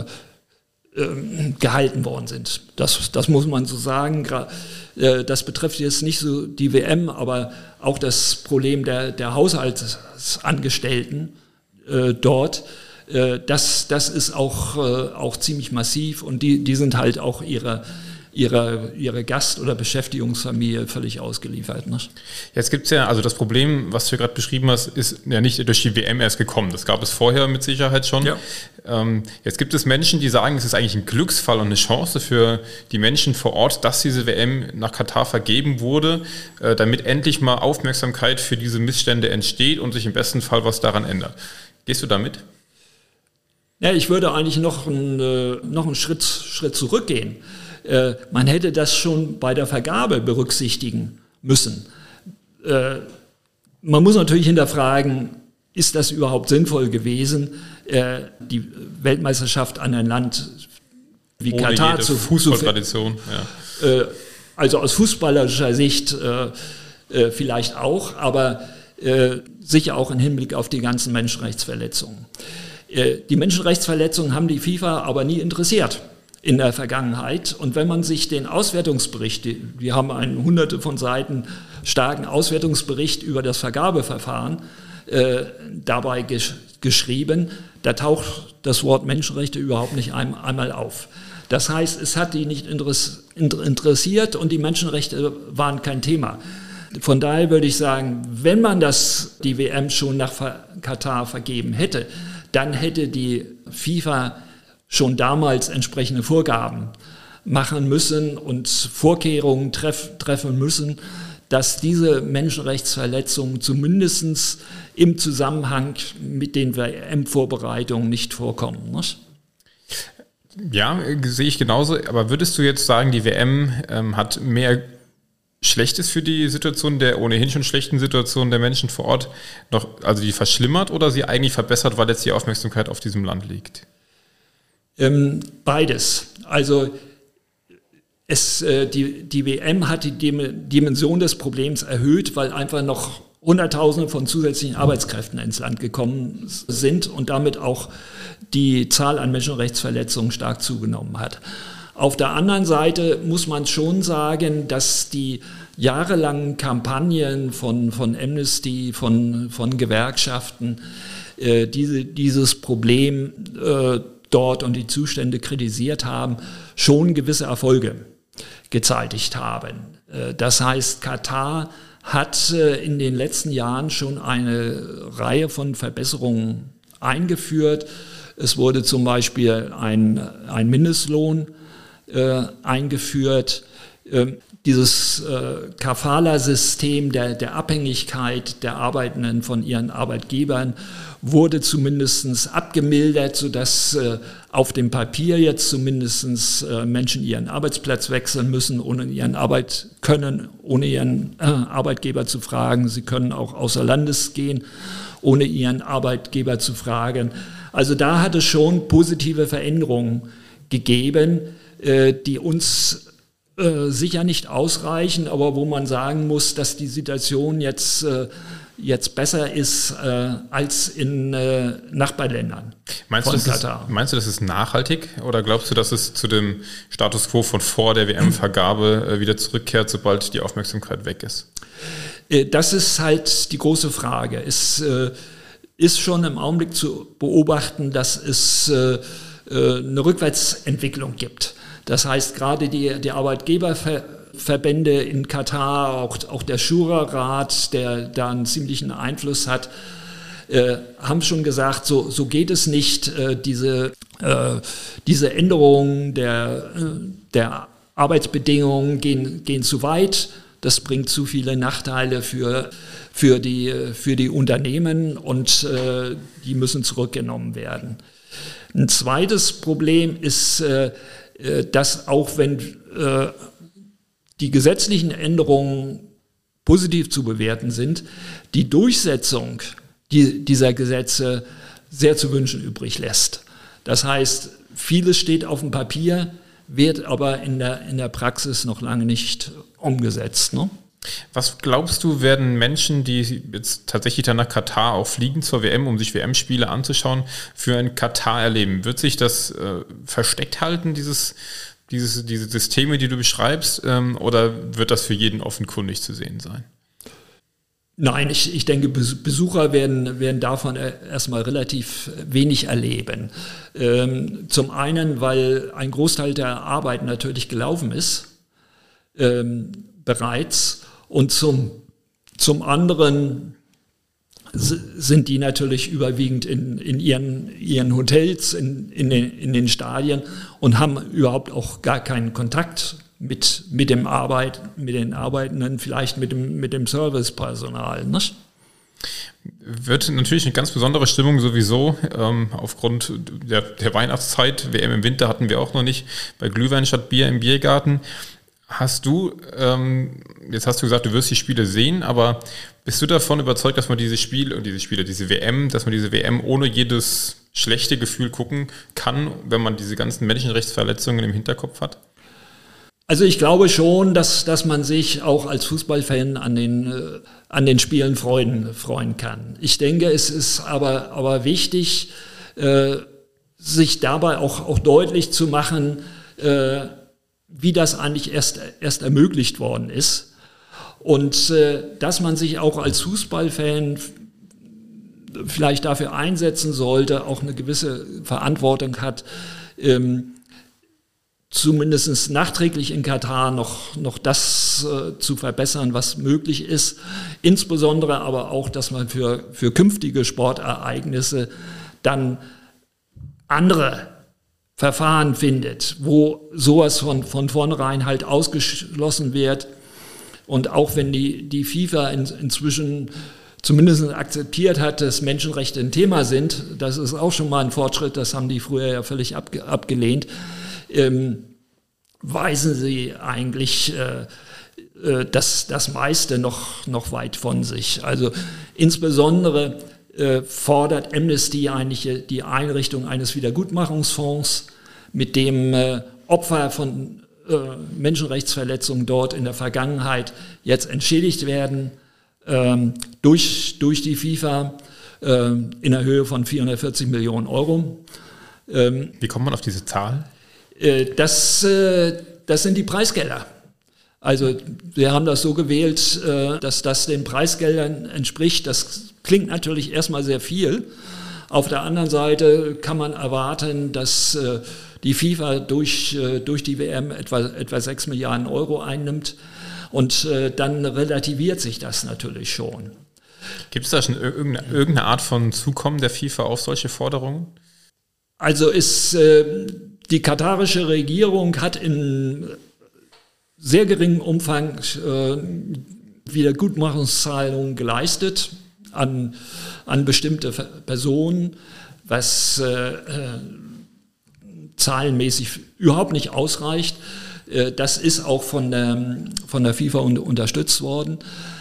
gehalten worden sind. Das muss man so sagen. Das betrifft jetzt nicht so die WM, aber auch das Problem der Haushaltsangestellten dort. Das ist auch ziemlich massiv und die sind halt auch ihrer ihre Gast- oder Beschäftigungsfamilie völlig ausgeliefert. Ne? Jetzt gibt es ja, also das Problem, was du gerade beschrieben hast, ist ja nicht durch die WM erst gekommen. Das gab es vorher mit Sicherheit schon. Ja. Jetzt gibt es Menschen, die sagen, es ist eigentlich ein Glücksfall und eine Chance für die Menschen vor Ort, dass diese WM nach Katar vergeben wurde, damit endlich mal Aufmerksamkeit für diese Missstände entsteht und sich im besten Fall was daran ändert. Gehst du damit? Ja, ich würde eigentlich noch einen Schritt zurückgehen. Man hätte das schon bei der Vergabe berücksichtigen müssen. Man muss natürlich hinterfragen, ist das überhaupt sinnvoll gewesen, die Weltmeisterschaft an ein Land wie ohne Katar jede zu Fußballtradition. Ja. Also aus fußballerischer Sicht vielleicht auch, aber sicher auch im Hinblick auf die ganzen Menschenrechtsverletzungen. Die Menschenrechtsverletzungen haben die FIFA aber nie interessiert in der Vergangenheit. Und wenn man sich den Auswertungsbericht, wir haben einen hunderte von Seiten starken Auswertungsbericht über das Vergabeverfahren dabei geschrieben, da taucht das Wort Menschenrechte überhaupt nicht einmal auf. Das heißt, es hat die nicht interessiert und die Menschenrechte waren kein Thema. Von daher würde ich sagen, wenn man die WM schon nach Katar vergeben hätte, dann hätte die FIFA schon damals entsprechende Vorgaben machen müssen und Vorkehrungen treffen müssen, dass diese Menschenrechtsverletzungen zumindest im Zusammenhang mit den WM-Vorbereitungen nicht vorkommen. Nicht? Ja, sehe ich genauso. Aber würdest du jetzt sagen, die WM hat mehr Schlechtes für die Situation der ohnehin schon schlechten Situation der Menschen vor Ort noch, also die verschlimmert oder sie eigentlich verbessert, weil jetzt die Aufmerksamkeit auf diesem Land liegt? Beides. Also die WM hat die Dimension des Problems erhöht, weil einfach noch Hunderttausende von zusätzlichen Arbeitskräften ins Land gekommen sind und damit auch die Zahl an Menschenrechtsverletzungen stark zugenommen hat. Auf der anderen Seite muss man schon sagen, dass die jahrelangen Kampagnen von Amnesty, von Gewerkschaften, dieses Problem dort und die Zustände kritisiert haben, schon gewisse Erfolge gezeitigt haben. Das heißt, Katar hat in den letzten Jahren schon eine Reihe von Verbesserungen eingeführt. Es wurde zum Beispiel ein Mindestlohn eingeführt. Dieses Kafala-System der Abhängigkeit der Arbeitenden von ihren Arbeitgebern wurde zumindest abgemildert, sodass auf dem Papier jetzt zumindest Menschen ihren Arbeitsplatz wechseln müssen, ohne ihren Arbeitgeber zu fragen. Sie können auch außer Landes gehen, ohne ihren Arbeitgeber zu fragen. Also da hat es schon positive Veränderungen gegeben, die uns sicher nicht ausreichen, aber wo man sagen muss, dass die Situation jetzt besser ist als in Nachbarländern von Katar. Meinst du, das ist nachhaltig oder glaubst du, dass es zu dem Status quo von vor der WM-Vergabe wieder zurückkehrt, sobald die Aufmerksamkeit weg ist? Das ist halt die große Frage. Es ist schon im Augenblick zu beobachten, dass es eine Rückwärtsentwicklung gibt. Das heißt, gerade die Arbeitgeberverbände in Katar, auch der Schura-Rat, der da einen ziemlichen Einfluss hat, haben schon gesagt, so geht es nicht. Diese Änderungen der Arbeitsbedingungen gehen zu weit. Das bringt zu viele Nachteile für die Unternehmen und die müssen zurückgenommen werden. Ein zweites Problem ist, dass auch wenn die gesetzlichen Änderungen positiv zu bewerten sind, die Durchsetzung dieser Gesetze sehr zu wünschen übrig lässt. Das heißt, vieles steht auf dem Papier, wird aber in der Praxis noch lange nicht umgesetzt. Ne? Was glaubst du, werden Menschen, die jetzt tatsächlich dann nach Katar auch fliegen zur WM, um sich WM-Spiele anzuschauen, für ein Katar erleben? Wird sich das versteckt halten, diese Systeme, die du beschreibst, oder wird das für jeden offenkundig zu sehen sein? Nein, ich denke, Besucher werden davon erstmal relativ wenig erleben. Zum einen, weil ein Großteil der Arbeit natürlich gelaufen ist, bereits. Und zum anderen sind die natürlich überwiegend in ihren Hotels, in den Stadien und haben überhaupt auch gar keinen Kontakt mit den Arbeitenden, vielleicht mit dem Servicepersonal. Nicht? Wird natürlich eine ganz besondere Stimmung sowieso, aufgrund der Weihnachtszeit. WM im Winter hatten wir auch noch nicht, bei Glühwein statt Bier im Biergarten. Hast du, jetzt hast du gesagt, du wirst die Spiele sehen, aber bist du davon überzeugt, dass man diese WM ohne jedes schlechte Gefühl gucken kann, wenn man diese ganzen Menschenrechtsverletzungen im Hinterkopf hat? Also ich glaube schon, dass man sich auch als Fußballfan an den Spielen freuen kann. Ich denke, es ist aber wichtig, sich dabei auch deutlich zu machen, wie das eigentlich erst ermöglicht worden ist. Und dass man sich auch als Fußballfan vielleicht dafür einsetzen sollte, auch eine gewisse Verantwortung hat, zumindest nachträglich in Katar noch das zu verbessern, was möglich ist. Insbesondere aber auch, dass man für künftige Sportereignisse dann andere Verfahren findet, wo sowas von vornherein halt ausgeschlossen wird. Und auch wenn die FIFA inzwischen zumindest akzeptiert hat, dass Menschenrechte ein Thema sind, das ist auch schon mal ein Fortschritt, das haben die früher ja völlig abgelehnt, weisen sie eigentlich das meiste noch weit von sich. Also insbesondere fordert Amnesty eigentlich die Einrichtung eines Wiedergutmachungsfonds, mit dem Opfer von Menschenrechtsverletzungen dort in der Vergangenheit jetzt entschädigt werden durch die FIFA in der Höhe von 440 Millionen Euro. Wie kommt man auf diese Zahl? Das sind die Preisgelder. Also wir haben das so gewählt, dass das den Preisgeldern entspricht. Das klingt natürlich erstmal sehr viel. Auf der anderen Seite kann man erwarten, dass die FIFA durch die WM etwa 6 Milliarden Euro einnimmt. Und dann relativiert sich das natürlich schon. Gibt es da schon irgendeine Art von Zukommen der FIFA auf solche Forderungen? Also die katarische Regierung hat in sehr geringem Umfang Wiedergutmachungszahlungen geleistet an bestimmte Personen, was zahlenmäßig überhaupt nicht ausreicht. Das ist auch von der FIFA unterstützt worden.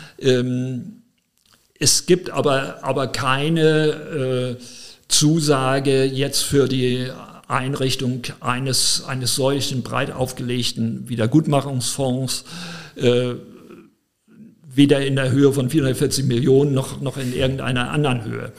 Es gibt aber keine Zusage jetzt für die Einrichtung eines solchen breit aufgelegten Wiedergutmachungsfonds, weder in der Höhe von 440 Millionen noch in irgendeiner anderen Höhe.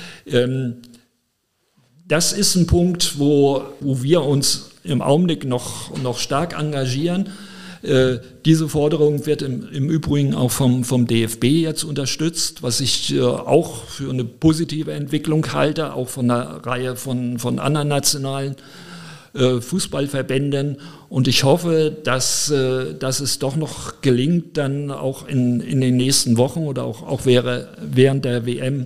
Das ist ein Punkt, wo wir uns im Augenblick noch stark engagieren. Diese Forderung wird im Übrigen auch vom DFB jetzt unterstützt, was ich auch für eine positive Entwicklung halte, auch von einer Reihe von anderen nationalen Fußballverbänden. Und ich hoffe, dass es doch noch gelingt, dann auch in den nächsten Wochen oder auch während der WM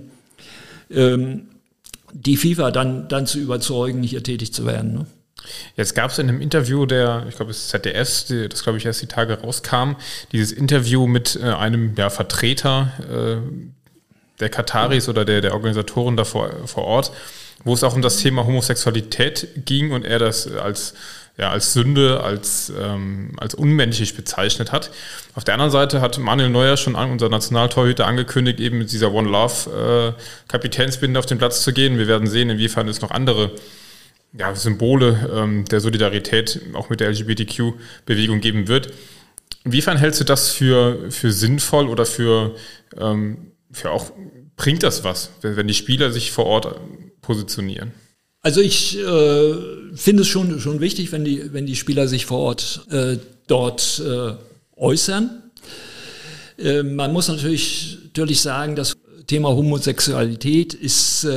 die FIFA dann zu überzeugen, hier tätig zu werden. Ne? Jetzt gab es in einem Interview ich glaube des ZDFs, das glaube ich erst die Tage rauskam, dieses Interview mit einem Vertreter der Kataris oder der Organisatoren da vor Ort, wo es auch um das Thema Homosexualität ging und er das als Sünde, als unmenschlich bezeichnet hat. Auf der anderen Seite hat Manuel Neuer schon unser Nationaltorhüter angekündigt, eben mit dieser One Love Kapitänsbinde auf den Platz zu gehen. Wir werden sehen, inwiefern es noch andere Symbole der Solidarität auch mit der LGBTQ-Bewegung geben wird. Inwiefern hältst du das für sinnvoll oder für auch, bringt das was, wenn die Spieler sich vor Ort positionieren? Also ich finde es schon wichtig, wenn die Spieler sich vor Ort dort äußern. Man muss natürlich sagen, das Thema Homosexualität ist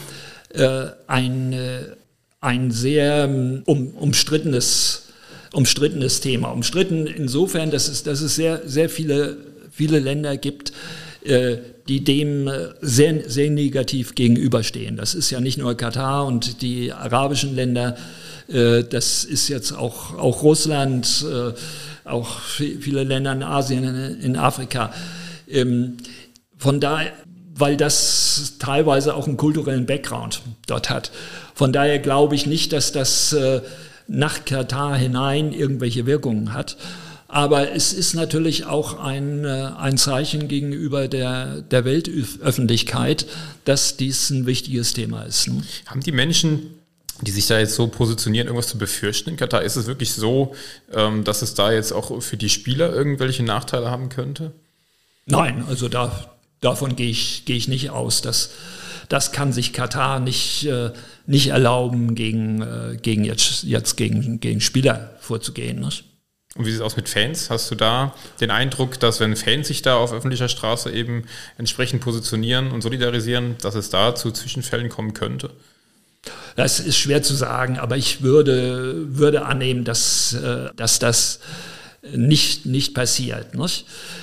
ein sehr umstrittenes Thema. Umstritten insofern, dass es sehr, sehr viele Länder gibt, die dem sehr, sehr negativ gegenüberstehen. Das ist ja nicht nur Katar und die arabischen Länder, das ist jetzt auch Russland, auch viele Länder in Asien, in Afrika. Von daher, weil das teilweise auch einen kulturellen Background dort hat. Von daher glaube ich nicht, dass das nach Katar hinein irgendwelche Wirkungen hat. Aber es ist natürlich auch ein Zeichen gegenüber der Weltöffentlichkeit, dass dies ein wichtiges Thema ist. Ne? Haben die Menschen, die sich da jetzt so positionieren, irgendwas zu befürchten in Katar? Ist es wirklich so, dass es da jetzt auch für die Spieler irgendwelche Nachteile haben könnte? Nein, also davon gehe ich nicht aus. Das kann sich Katar nicht erlauben, gegen Spieler vorzugehen. Nicht? Und wie sieht es aus mit Fans? Hast du da den Eindruck, dass wenn Fans sich da auf öffentlicher Straße eben entsprechend positionieren und solidarisieren, dass es da zu Zwischenfällen kommen könnte? Das ist schwer zu sagen, aber ich würde annehmen, dass das nicht passiert. Nicht?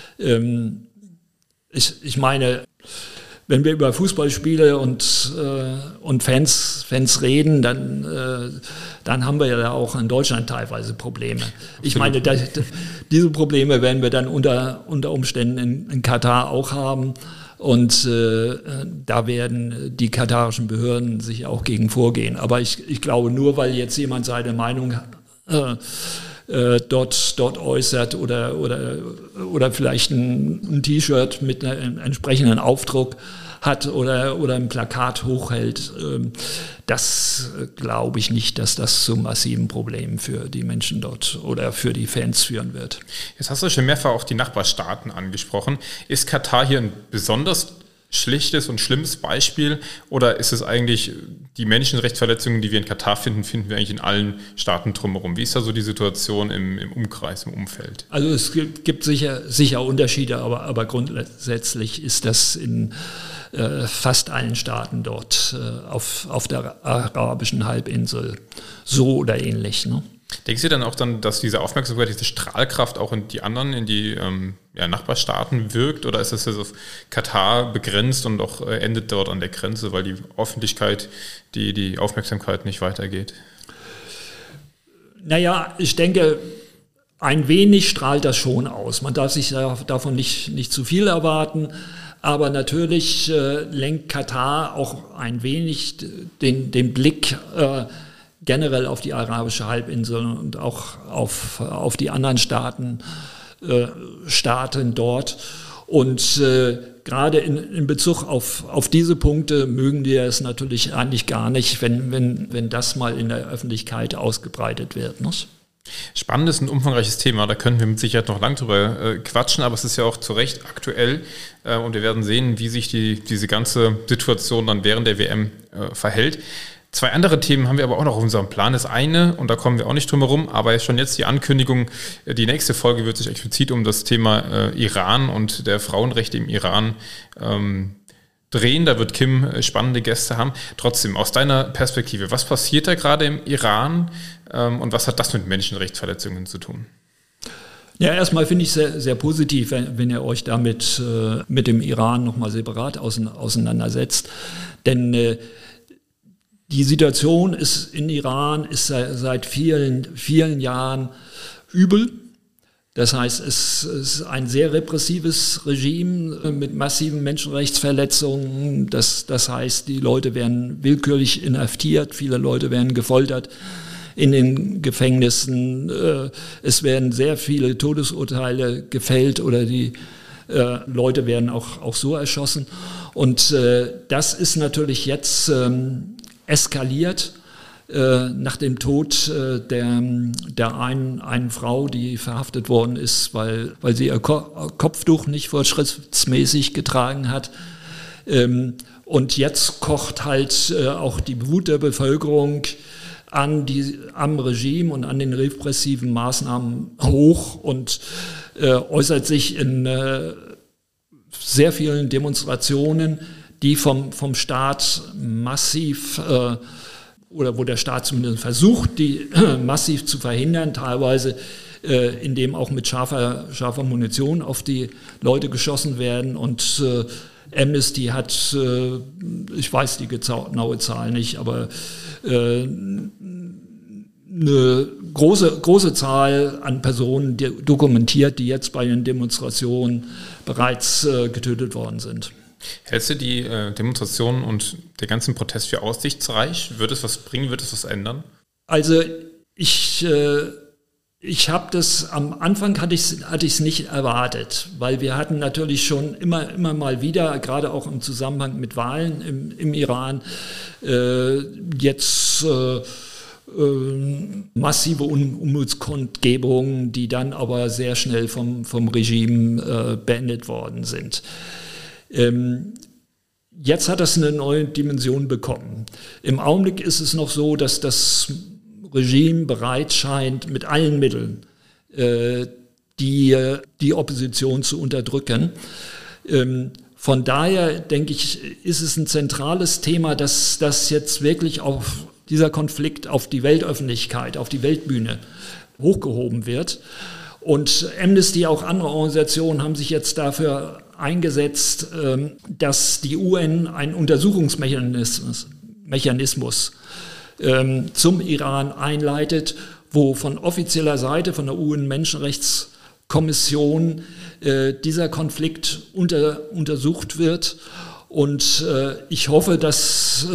Ich meine, wenn wir über Fußballspiele und Fans reden, dann haben wir ja auch in Deutschland teilweise Probleme. Ich meine, diese Probleme werden wir dann unter Umständen in Katar auch haben. Und da werden die katarischen Behörden sich auch gegen vorgehen. Aber ich glaube, nur weil jetzt jemand seine Meinung dort äußert oder vielleicht ein T-Shirt mit einem entsprechenden Aufdruck hat oder ein Plakat hochhält, das glaube ich nicht, dass das zu massiven Problemen für die Menschen dort oder für die Fans führen wird. Jetzt hast du schon mehrfach auch die Nachbarstaaten angesprochen. Ist Katar hier ein besonders schlichtes und schlimmes Beispiel oder ist es eigentlich die Menschenrechtsverletzungen, die wir in Katar finden wir eigentlich in allen Staaten drumherum? Wie ist da so die Situation im Umkreis, im Umfeld? Also es gibt sicher Unterschiede, aber grundsätzlich ist das in fast allen Staaten dort auf der arabischen Halbinsel so oder ähnlich. Ne? Denkst du dann auch, dass diese Aufmerksamkeit, diese Strahlkraft auch in die Nachbarstaaten wirkt oder ist das jetzt auf Katar begrenzt und auch endet dort an der Grenze, weil die Öffentlichkeit, die Aufmerksamkeit nicht weitergeht? Naja, ich denke, ein wenig strahlt das schon aus. Man darf sich davon nicht zu viel erwarten. Aber natürlich lenkt Katar auch ein wenig den Blick generell auf die arabische Halbinsel und auch auf die anderen Staaten dort. Und gerade in Bezug auf diese Punkte mögen die es natürlich eigentlich gar nicht, wenn das mal in der Öffentlichkeit ausgebreitet wird. Nicht? Spannendes und umfangreiches Thema, da können wir mit Sicherheit noch lang drüber quatschen, aber es ist ja auch zu Recht aktuell und wir werden sehen, wie sich diese ganze Situation dann während der WM verhält. 2 andere Themen haben wir aber auch noch auf unserem Plan. Das eine, und da kommen wir auch nicht drum herum, aber schon jetzt die Ankündigung, die nächste Folge wird sich explizit um das Thema Iran und der Frauenrechte im Iran drehen. Da wird Kim spannende Gäste haben. Trotzdem, aus deiner Perspektive, was passiert da gerade im Iran und was hat das mit Menschenrechtsverletzungen zu tun? Ja, erstmal finde ich es sehr, sehr positiv, wenn ihr euch damit mit dem Iran nochmal separat auseinandersetzt. Denn die Situation in Iran ist seit vielen, vielen Jahren übel. Das heißt, es ist ein sehr repressives Regime mit massiven Menschenrechtsverletzungen. Das heißt, die Leute werden willkürlich inhaftiert, viele Leute werden gefoltert in den Gefängnissen. Es werden sehr viele Todesurteile gefällt oder die Leute werden auch so erschossen. Und das ist natürlich jetzt eskaliert. Nach dem Tod der einen Frau, die verhaftet worden ist, weil sie ihr Kopftuch nicht vorschriftsmäßig getragen hat. Und jetzt kocht halt auch die Wut der Bevölkerung am Regime und an den repressiven Maßnahmen hoch und äußert sich in sehr vielen Demonstrationen, die vom Staat massiv oder wo der Staat zumindest versucht, die massiv zu verhindern, teilweise indem auch mit scharfer Munition auf die Leute geschossen werden. Und Amnesty hat, ich weiß die genaue Zahl nicht, aber eine große Zahl an Personen dokumentiert, die jetzt bei den Demonstrationen bereits getötet worden sind. Hältst du die Demonstrationen und den ganzen Protest für aussichtsreich? Wird es was bringen? Wird es was ändern? Also ich habe das, am Anfang hatte ich es nicht erwartet, weil wir hatten natürlich schon immer mal wieder, gerade auch im Zusammenhang mit Wahlen im Iran, jetzt massive Unmutskundgebungen, die dann aber sehr schnell vom Regime beendet worden sind. Jetzt hat das eine neue Dimension bekommen. Im Augenblick ist es noch so, dass das Regime bereit scheint, mit allen Mitteln die Opposition zu unterdrücken. Von daher, denke ich, ist es ein zentrales Thema, dass das jetzt wirklich auf dieser Konflikt auf die Weltöffentlichkeit, auf die Weltbühne hochgehoben wird. Und Amnesty, auch andere Organisationen haben sich jetzt dafür eingesetzt, dass die UN einen Untersuchungsmechanismus zum Iran einleitet, wo von offizieller Seite, von der UN-Menschenrechtskommission dieser Konflikt untersucht wird. Und ich hoffe, dass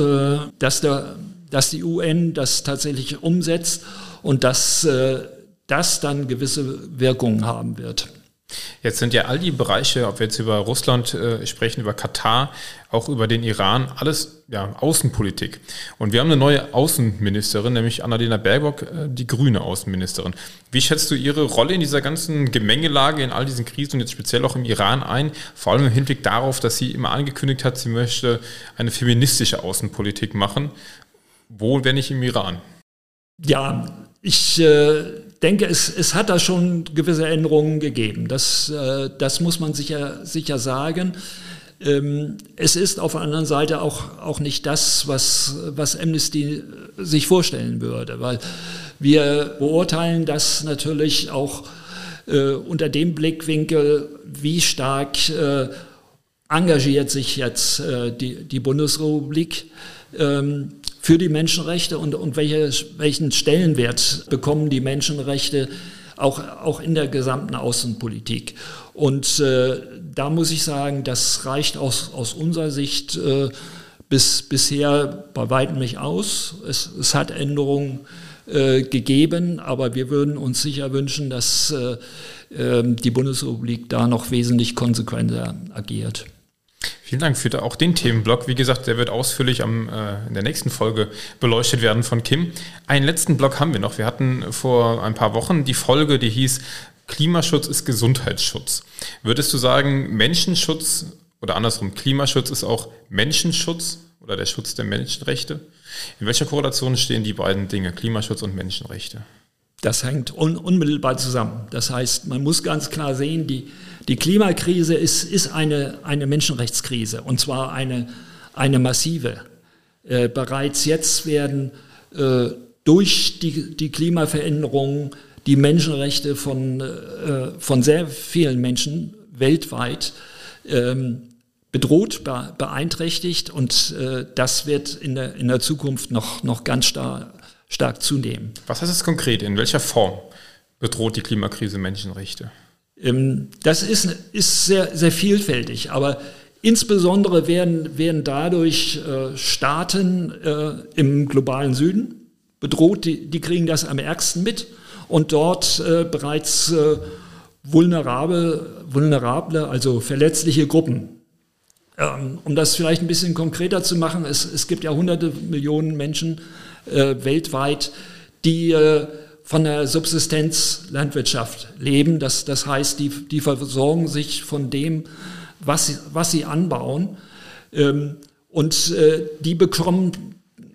die UN das tatsächlich umsetzt und dass das dann gewisse Wirkungen haben wird. Jetzt sind ja all die Bereiche, ob wir jetzt über Russland sprechen, über Katar, auch über den Iran, alles Außenpolitik. Und wir haben eine neue Außenministerin, nämlich Annalena Baerbock, die grüne Außenministerin. Wie schätzt du ihre Rolle in dieser ganzen Gemengelage, in all diesen Krisen und jetzt speziell auch im Iran ein? Vor allem im Hinblick darauf, dass sie immer angekündigt hat, sie möchte eine feministische Außenpolitik machen. Wo, wenn nicht im Iran? Ja, ich denke, es hat da schon gewisse Änderungen gegeben. Das muss man sicher sagen. Es ist auf der anderen Seite auch nicht das, was Amnesty sich vorstellen würde, weil wir beurteilen das natürlich auch unter dem Blickwinkel, wie stark engagiert sich jetzt die Bundesrepublik für die Menschenrechte und welchen Stellenwert bekommen die Menschenrechte auch in der gesamten Außenpolitik. Und da muss ich sagen, das reicht aus unserer Sicht bisher bei weitem nicht aus. Es hat Änderungen gegeben, aber wir würden uns sicher wünschen, dass die Bundesrepublik da noch wesentlich konsequenter agiert. Vielen Dank für auch den Themenblock. Wie gesagt, der wird ausführlich in der nächsten Folge beleuchtet werden von Kim. Einen letzten Block haben wir noch. Wir hatten vor ein paar Wochen die Folge, die hieß Klimaschutz ist Gesundheitsschutz. Würdest du sagen, Menschenschutz oder andersrum, Klimaschutz ist auch Menschenschutz oder der Schutz der Menschenrechte? In welcher Korrelation stehen die beiden Dinge, Klimaschutz und Menschenrechte? Das hängt unmittelbar zusammen. Das heißt, man muss ganz klar sehen, die Klimakrise ist eine Menschenrechtskrise, und zwar eine massive. Bereits jetzt werden durch die Klimaveränderungen die Menschenrechte von sehr vielen Menschen weltweit bedroht, beeinträchtigt, und das wird in der Zukunft noch ganz stark zunehmen. Was heißt das konkret? In welcher Form bedroht die Klimakrise Menschenrechte? Das ist sehr, sehr vielfältig, aber insbesondere werden dadurch Staaten im globalen Süden bedroht, die kriegen das am ärgsten mit, und dort bereits vulnerable, also verletzliche Gruppen. Um das vielleicht ein bisschen konkreter zu machen, es gibt ja hunderte Millionen Menschen weltweit, die von der Subsistenzlandwirtschaft leben. Das heißt, die versorgen sich von dem, was sie anbauen. Und die bekommen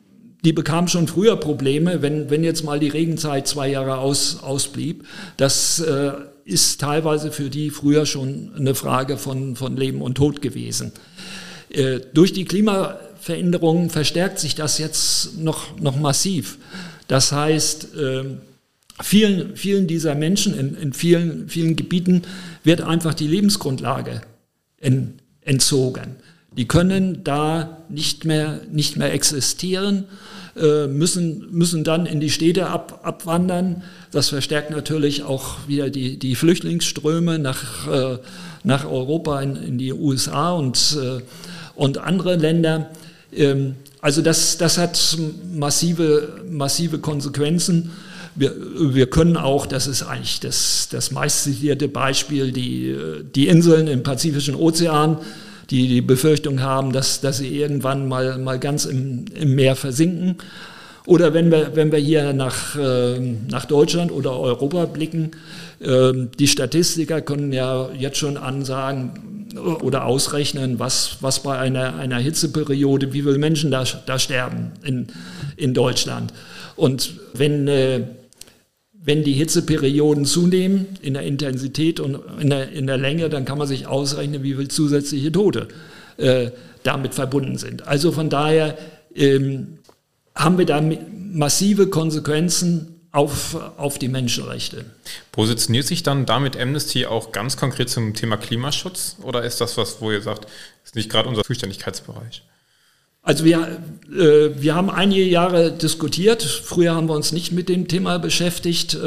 die bekamen schon früher Probleme, wenn jetzt mal die Regenzeit 2 Jahre ausblieb. Das ist teilweise für die früher schon eine Frage von Leben und Tod gewesen. Durch die Klimaveränderungen verstärkt sich das jetzt noch massiv. Das heißt, vielen dieser Menschen in vielen Gebieten wird einfach die Lebensgrundlage entzogen. Die können da nicht mehr existieren, müssen dann in die Städte abwandern. Das verstärkt natürlich auch wieder die Flüchtlingsströme nach Europa, in die USA und andere Länder. Also das hat massive Konsequenzen. Wir können auch, das ist eigentlich das meistzitierte Beispiel, die Inseln im Pazifischen Ozean, die Befürchtung haben, dass sie irgendwann mal ganz im Meer versinken. Oder wenn wir hier nach Deutschland oder Europa blicken, die Statistiker können ja jetzt schon ansagen oder ausrechnen, was bei einer Hitzeperiode, wie viele Menschen da sterben in Deutschland. Und wenn die Hitzeperioden zunehmen in der Intensität und in der Länge, dann kann man sich ausrechnen, wie viele zusätzliche Tote damit verbunden sind. Also von daher haben wir da massive Konsequenzen auf die Menschenrechte. Positioniert sich dann damit Amnesty auch ganz konkret zum Thema Klimaschutz? Oder ist das wo ihr sagt, ist nicht gerade unser Zuständigkeitsbereich? Also wir haben einige Jahre diskutiert. Früher haben wir uns nicht mit dem Thema beschäftigt.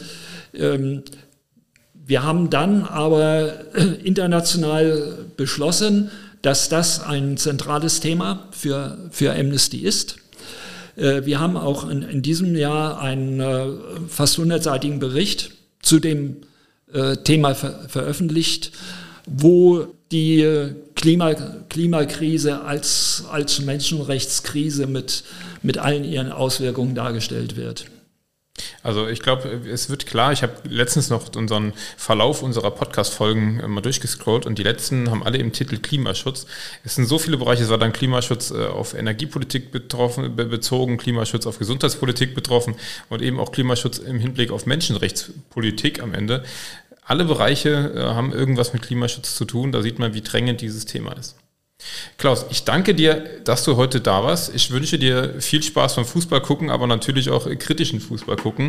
Wir haben dann aber international beschlossen, dass das ein zentrales Thema für Amnesty ist. Wir haben auch in diesem Jahr einen fast 100-seitigen Bericht zu dem Thema veröffentlicht, wo die Klimakrise als Menschenrechtskrise mit allen ihren Auswirkungen dargestellt wird. Also ich glaube, es wird klar, ich habe letztens noch unseren Verlauf unserer Podcast-Folgen mal durchgescrollt und die letzten haben alle im Titel Klimaschutz. Es sind so viele Bereiche, es war dann Klimaschutz auf Energiepolitik bezogen, Klimaschutz auf Gesundheitspolitik betroffen und eben auch Klimaschutz im Hinblick auf Menschenrechtspolitik am Ende. Alle Bereiche haben irgendwas mit Klimaschutz zu tun, da sieht man, wie drängend dieses Thema ist. Klaus, ich danke dir, dass du heute da warst. Ich wünsche dir viel Spaß beim Fußball gucken, aber natürlich auch kritischen Fußball gucken.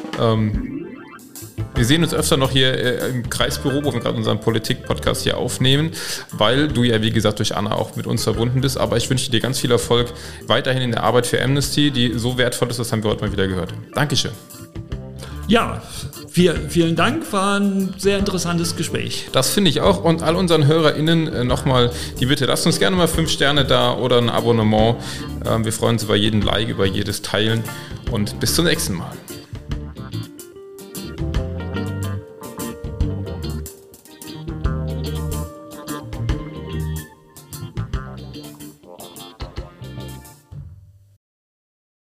Wir sehen uns öfter noch hier im Kreisbüro, wo wir gerade unseren Politik-Podcast hier aufnehmen, weil du ja, wie gesagt, durch Anna auch mit uns verbunden bist. Aber ich wünsche dir ganz viel Erfolg weiterhin in der Arbeit für Amnesty, die so wertvoll ist, das haben wir heute mal wieder gehört. Dankeschön. Ja, vielen Dank, war ein sehr interessantes Gespräch. Das finde ich auch und all unseren HörerInnen nochmal die Bitte, lasst uns gerne mal 5 Sterne da oder ein Abonnement. Wir freuen uns über jeden Like, über jedes Teilen und bis zum nächsten Mal.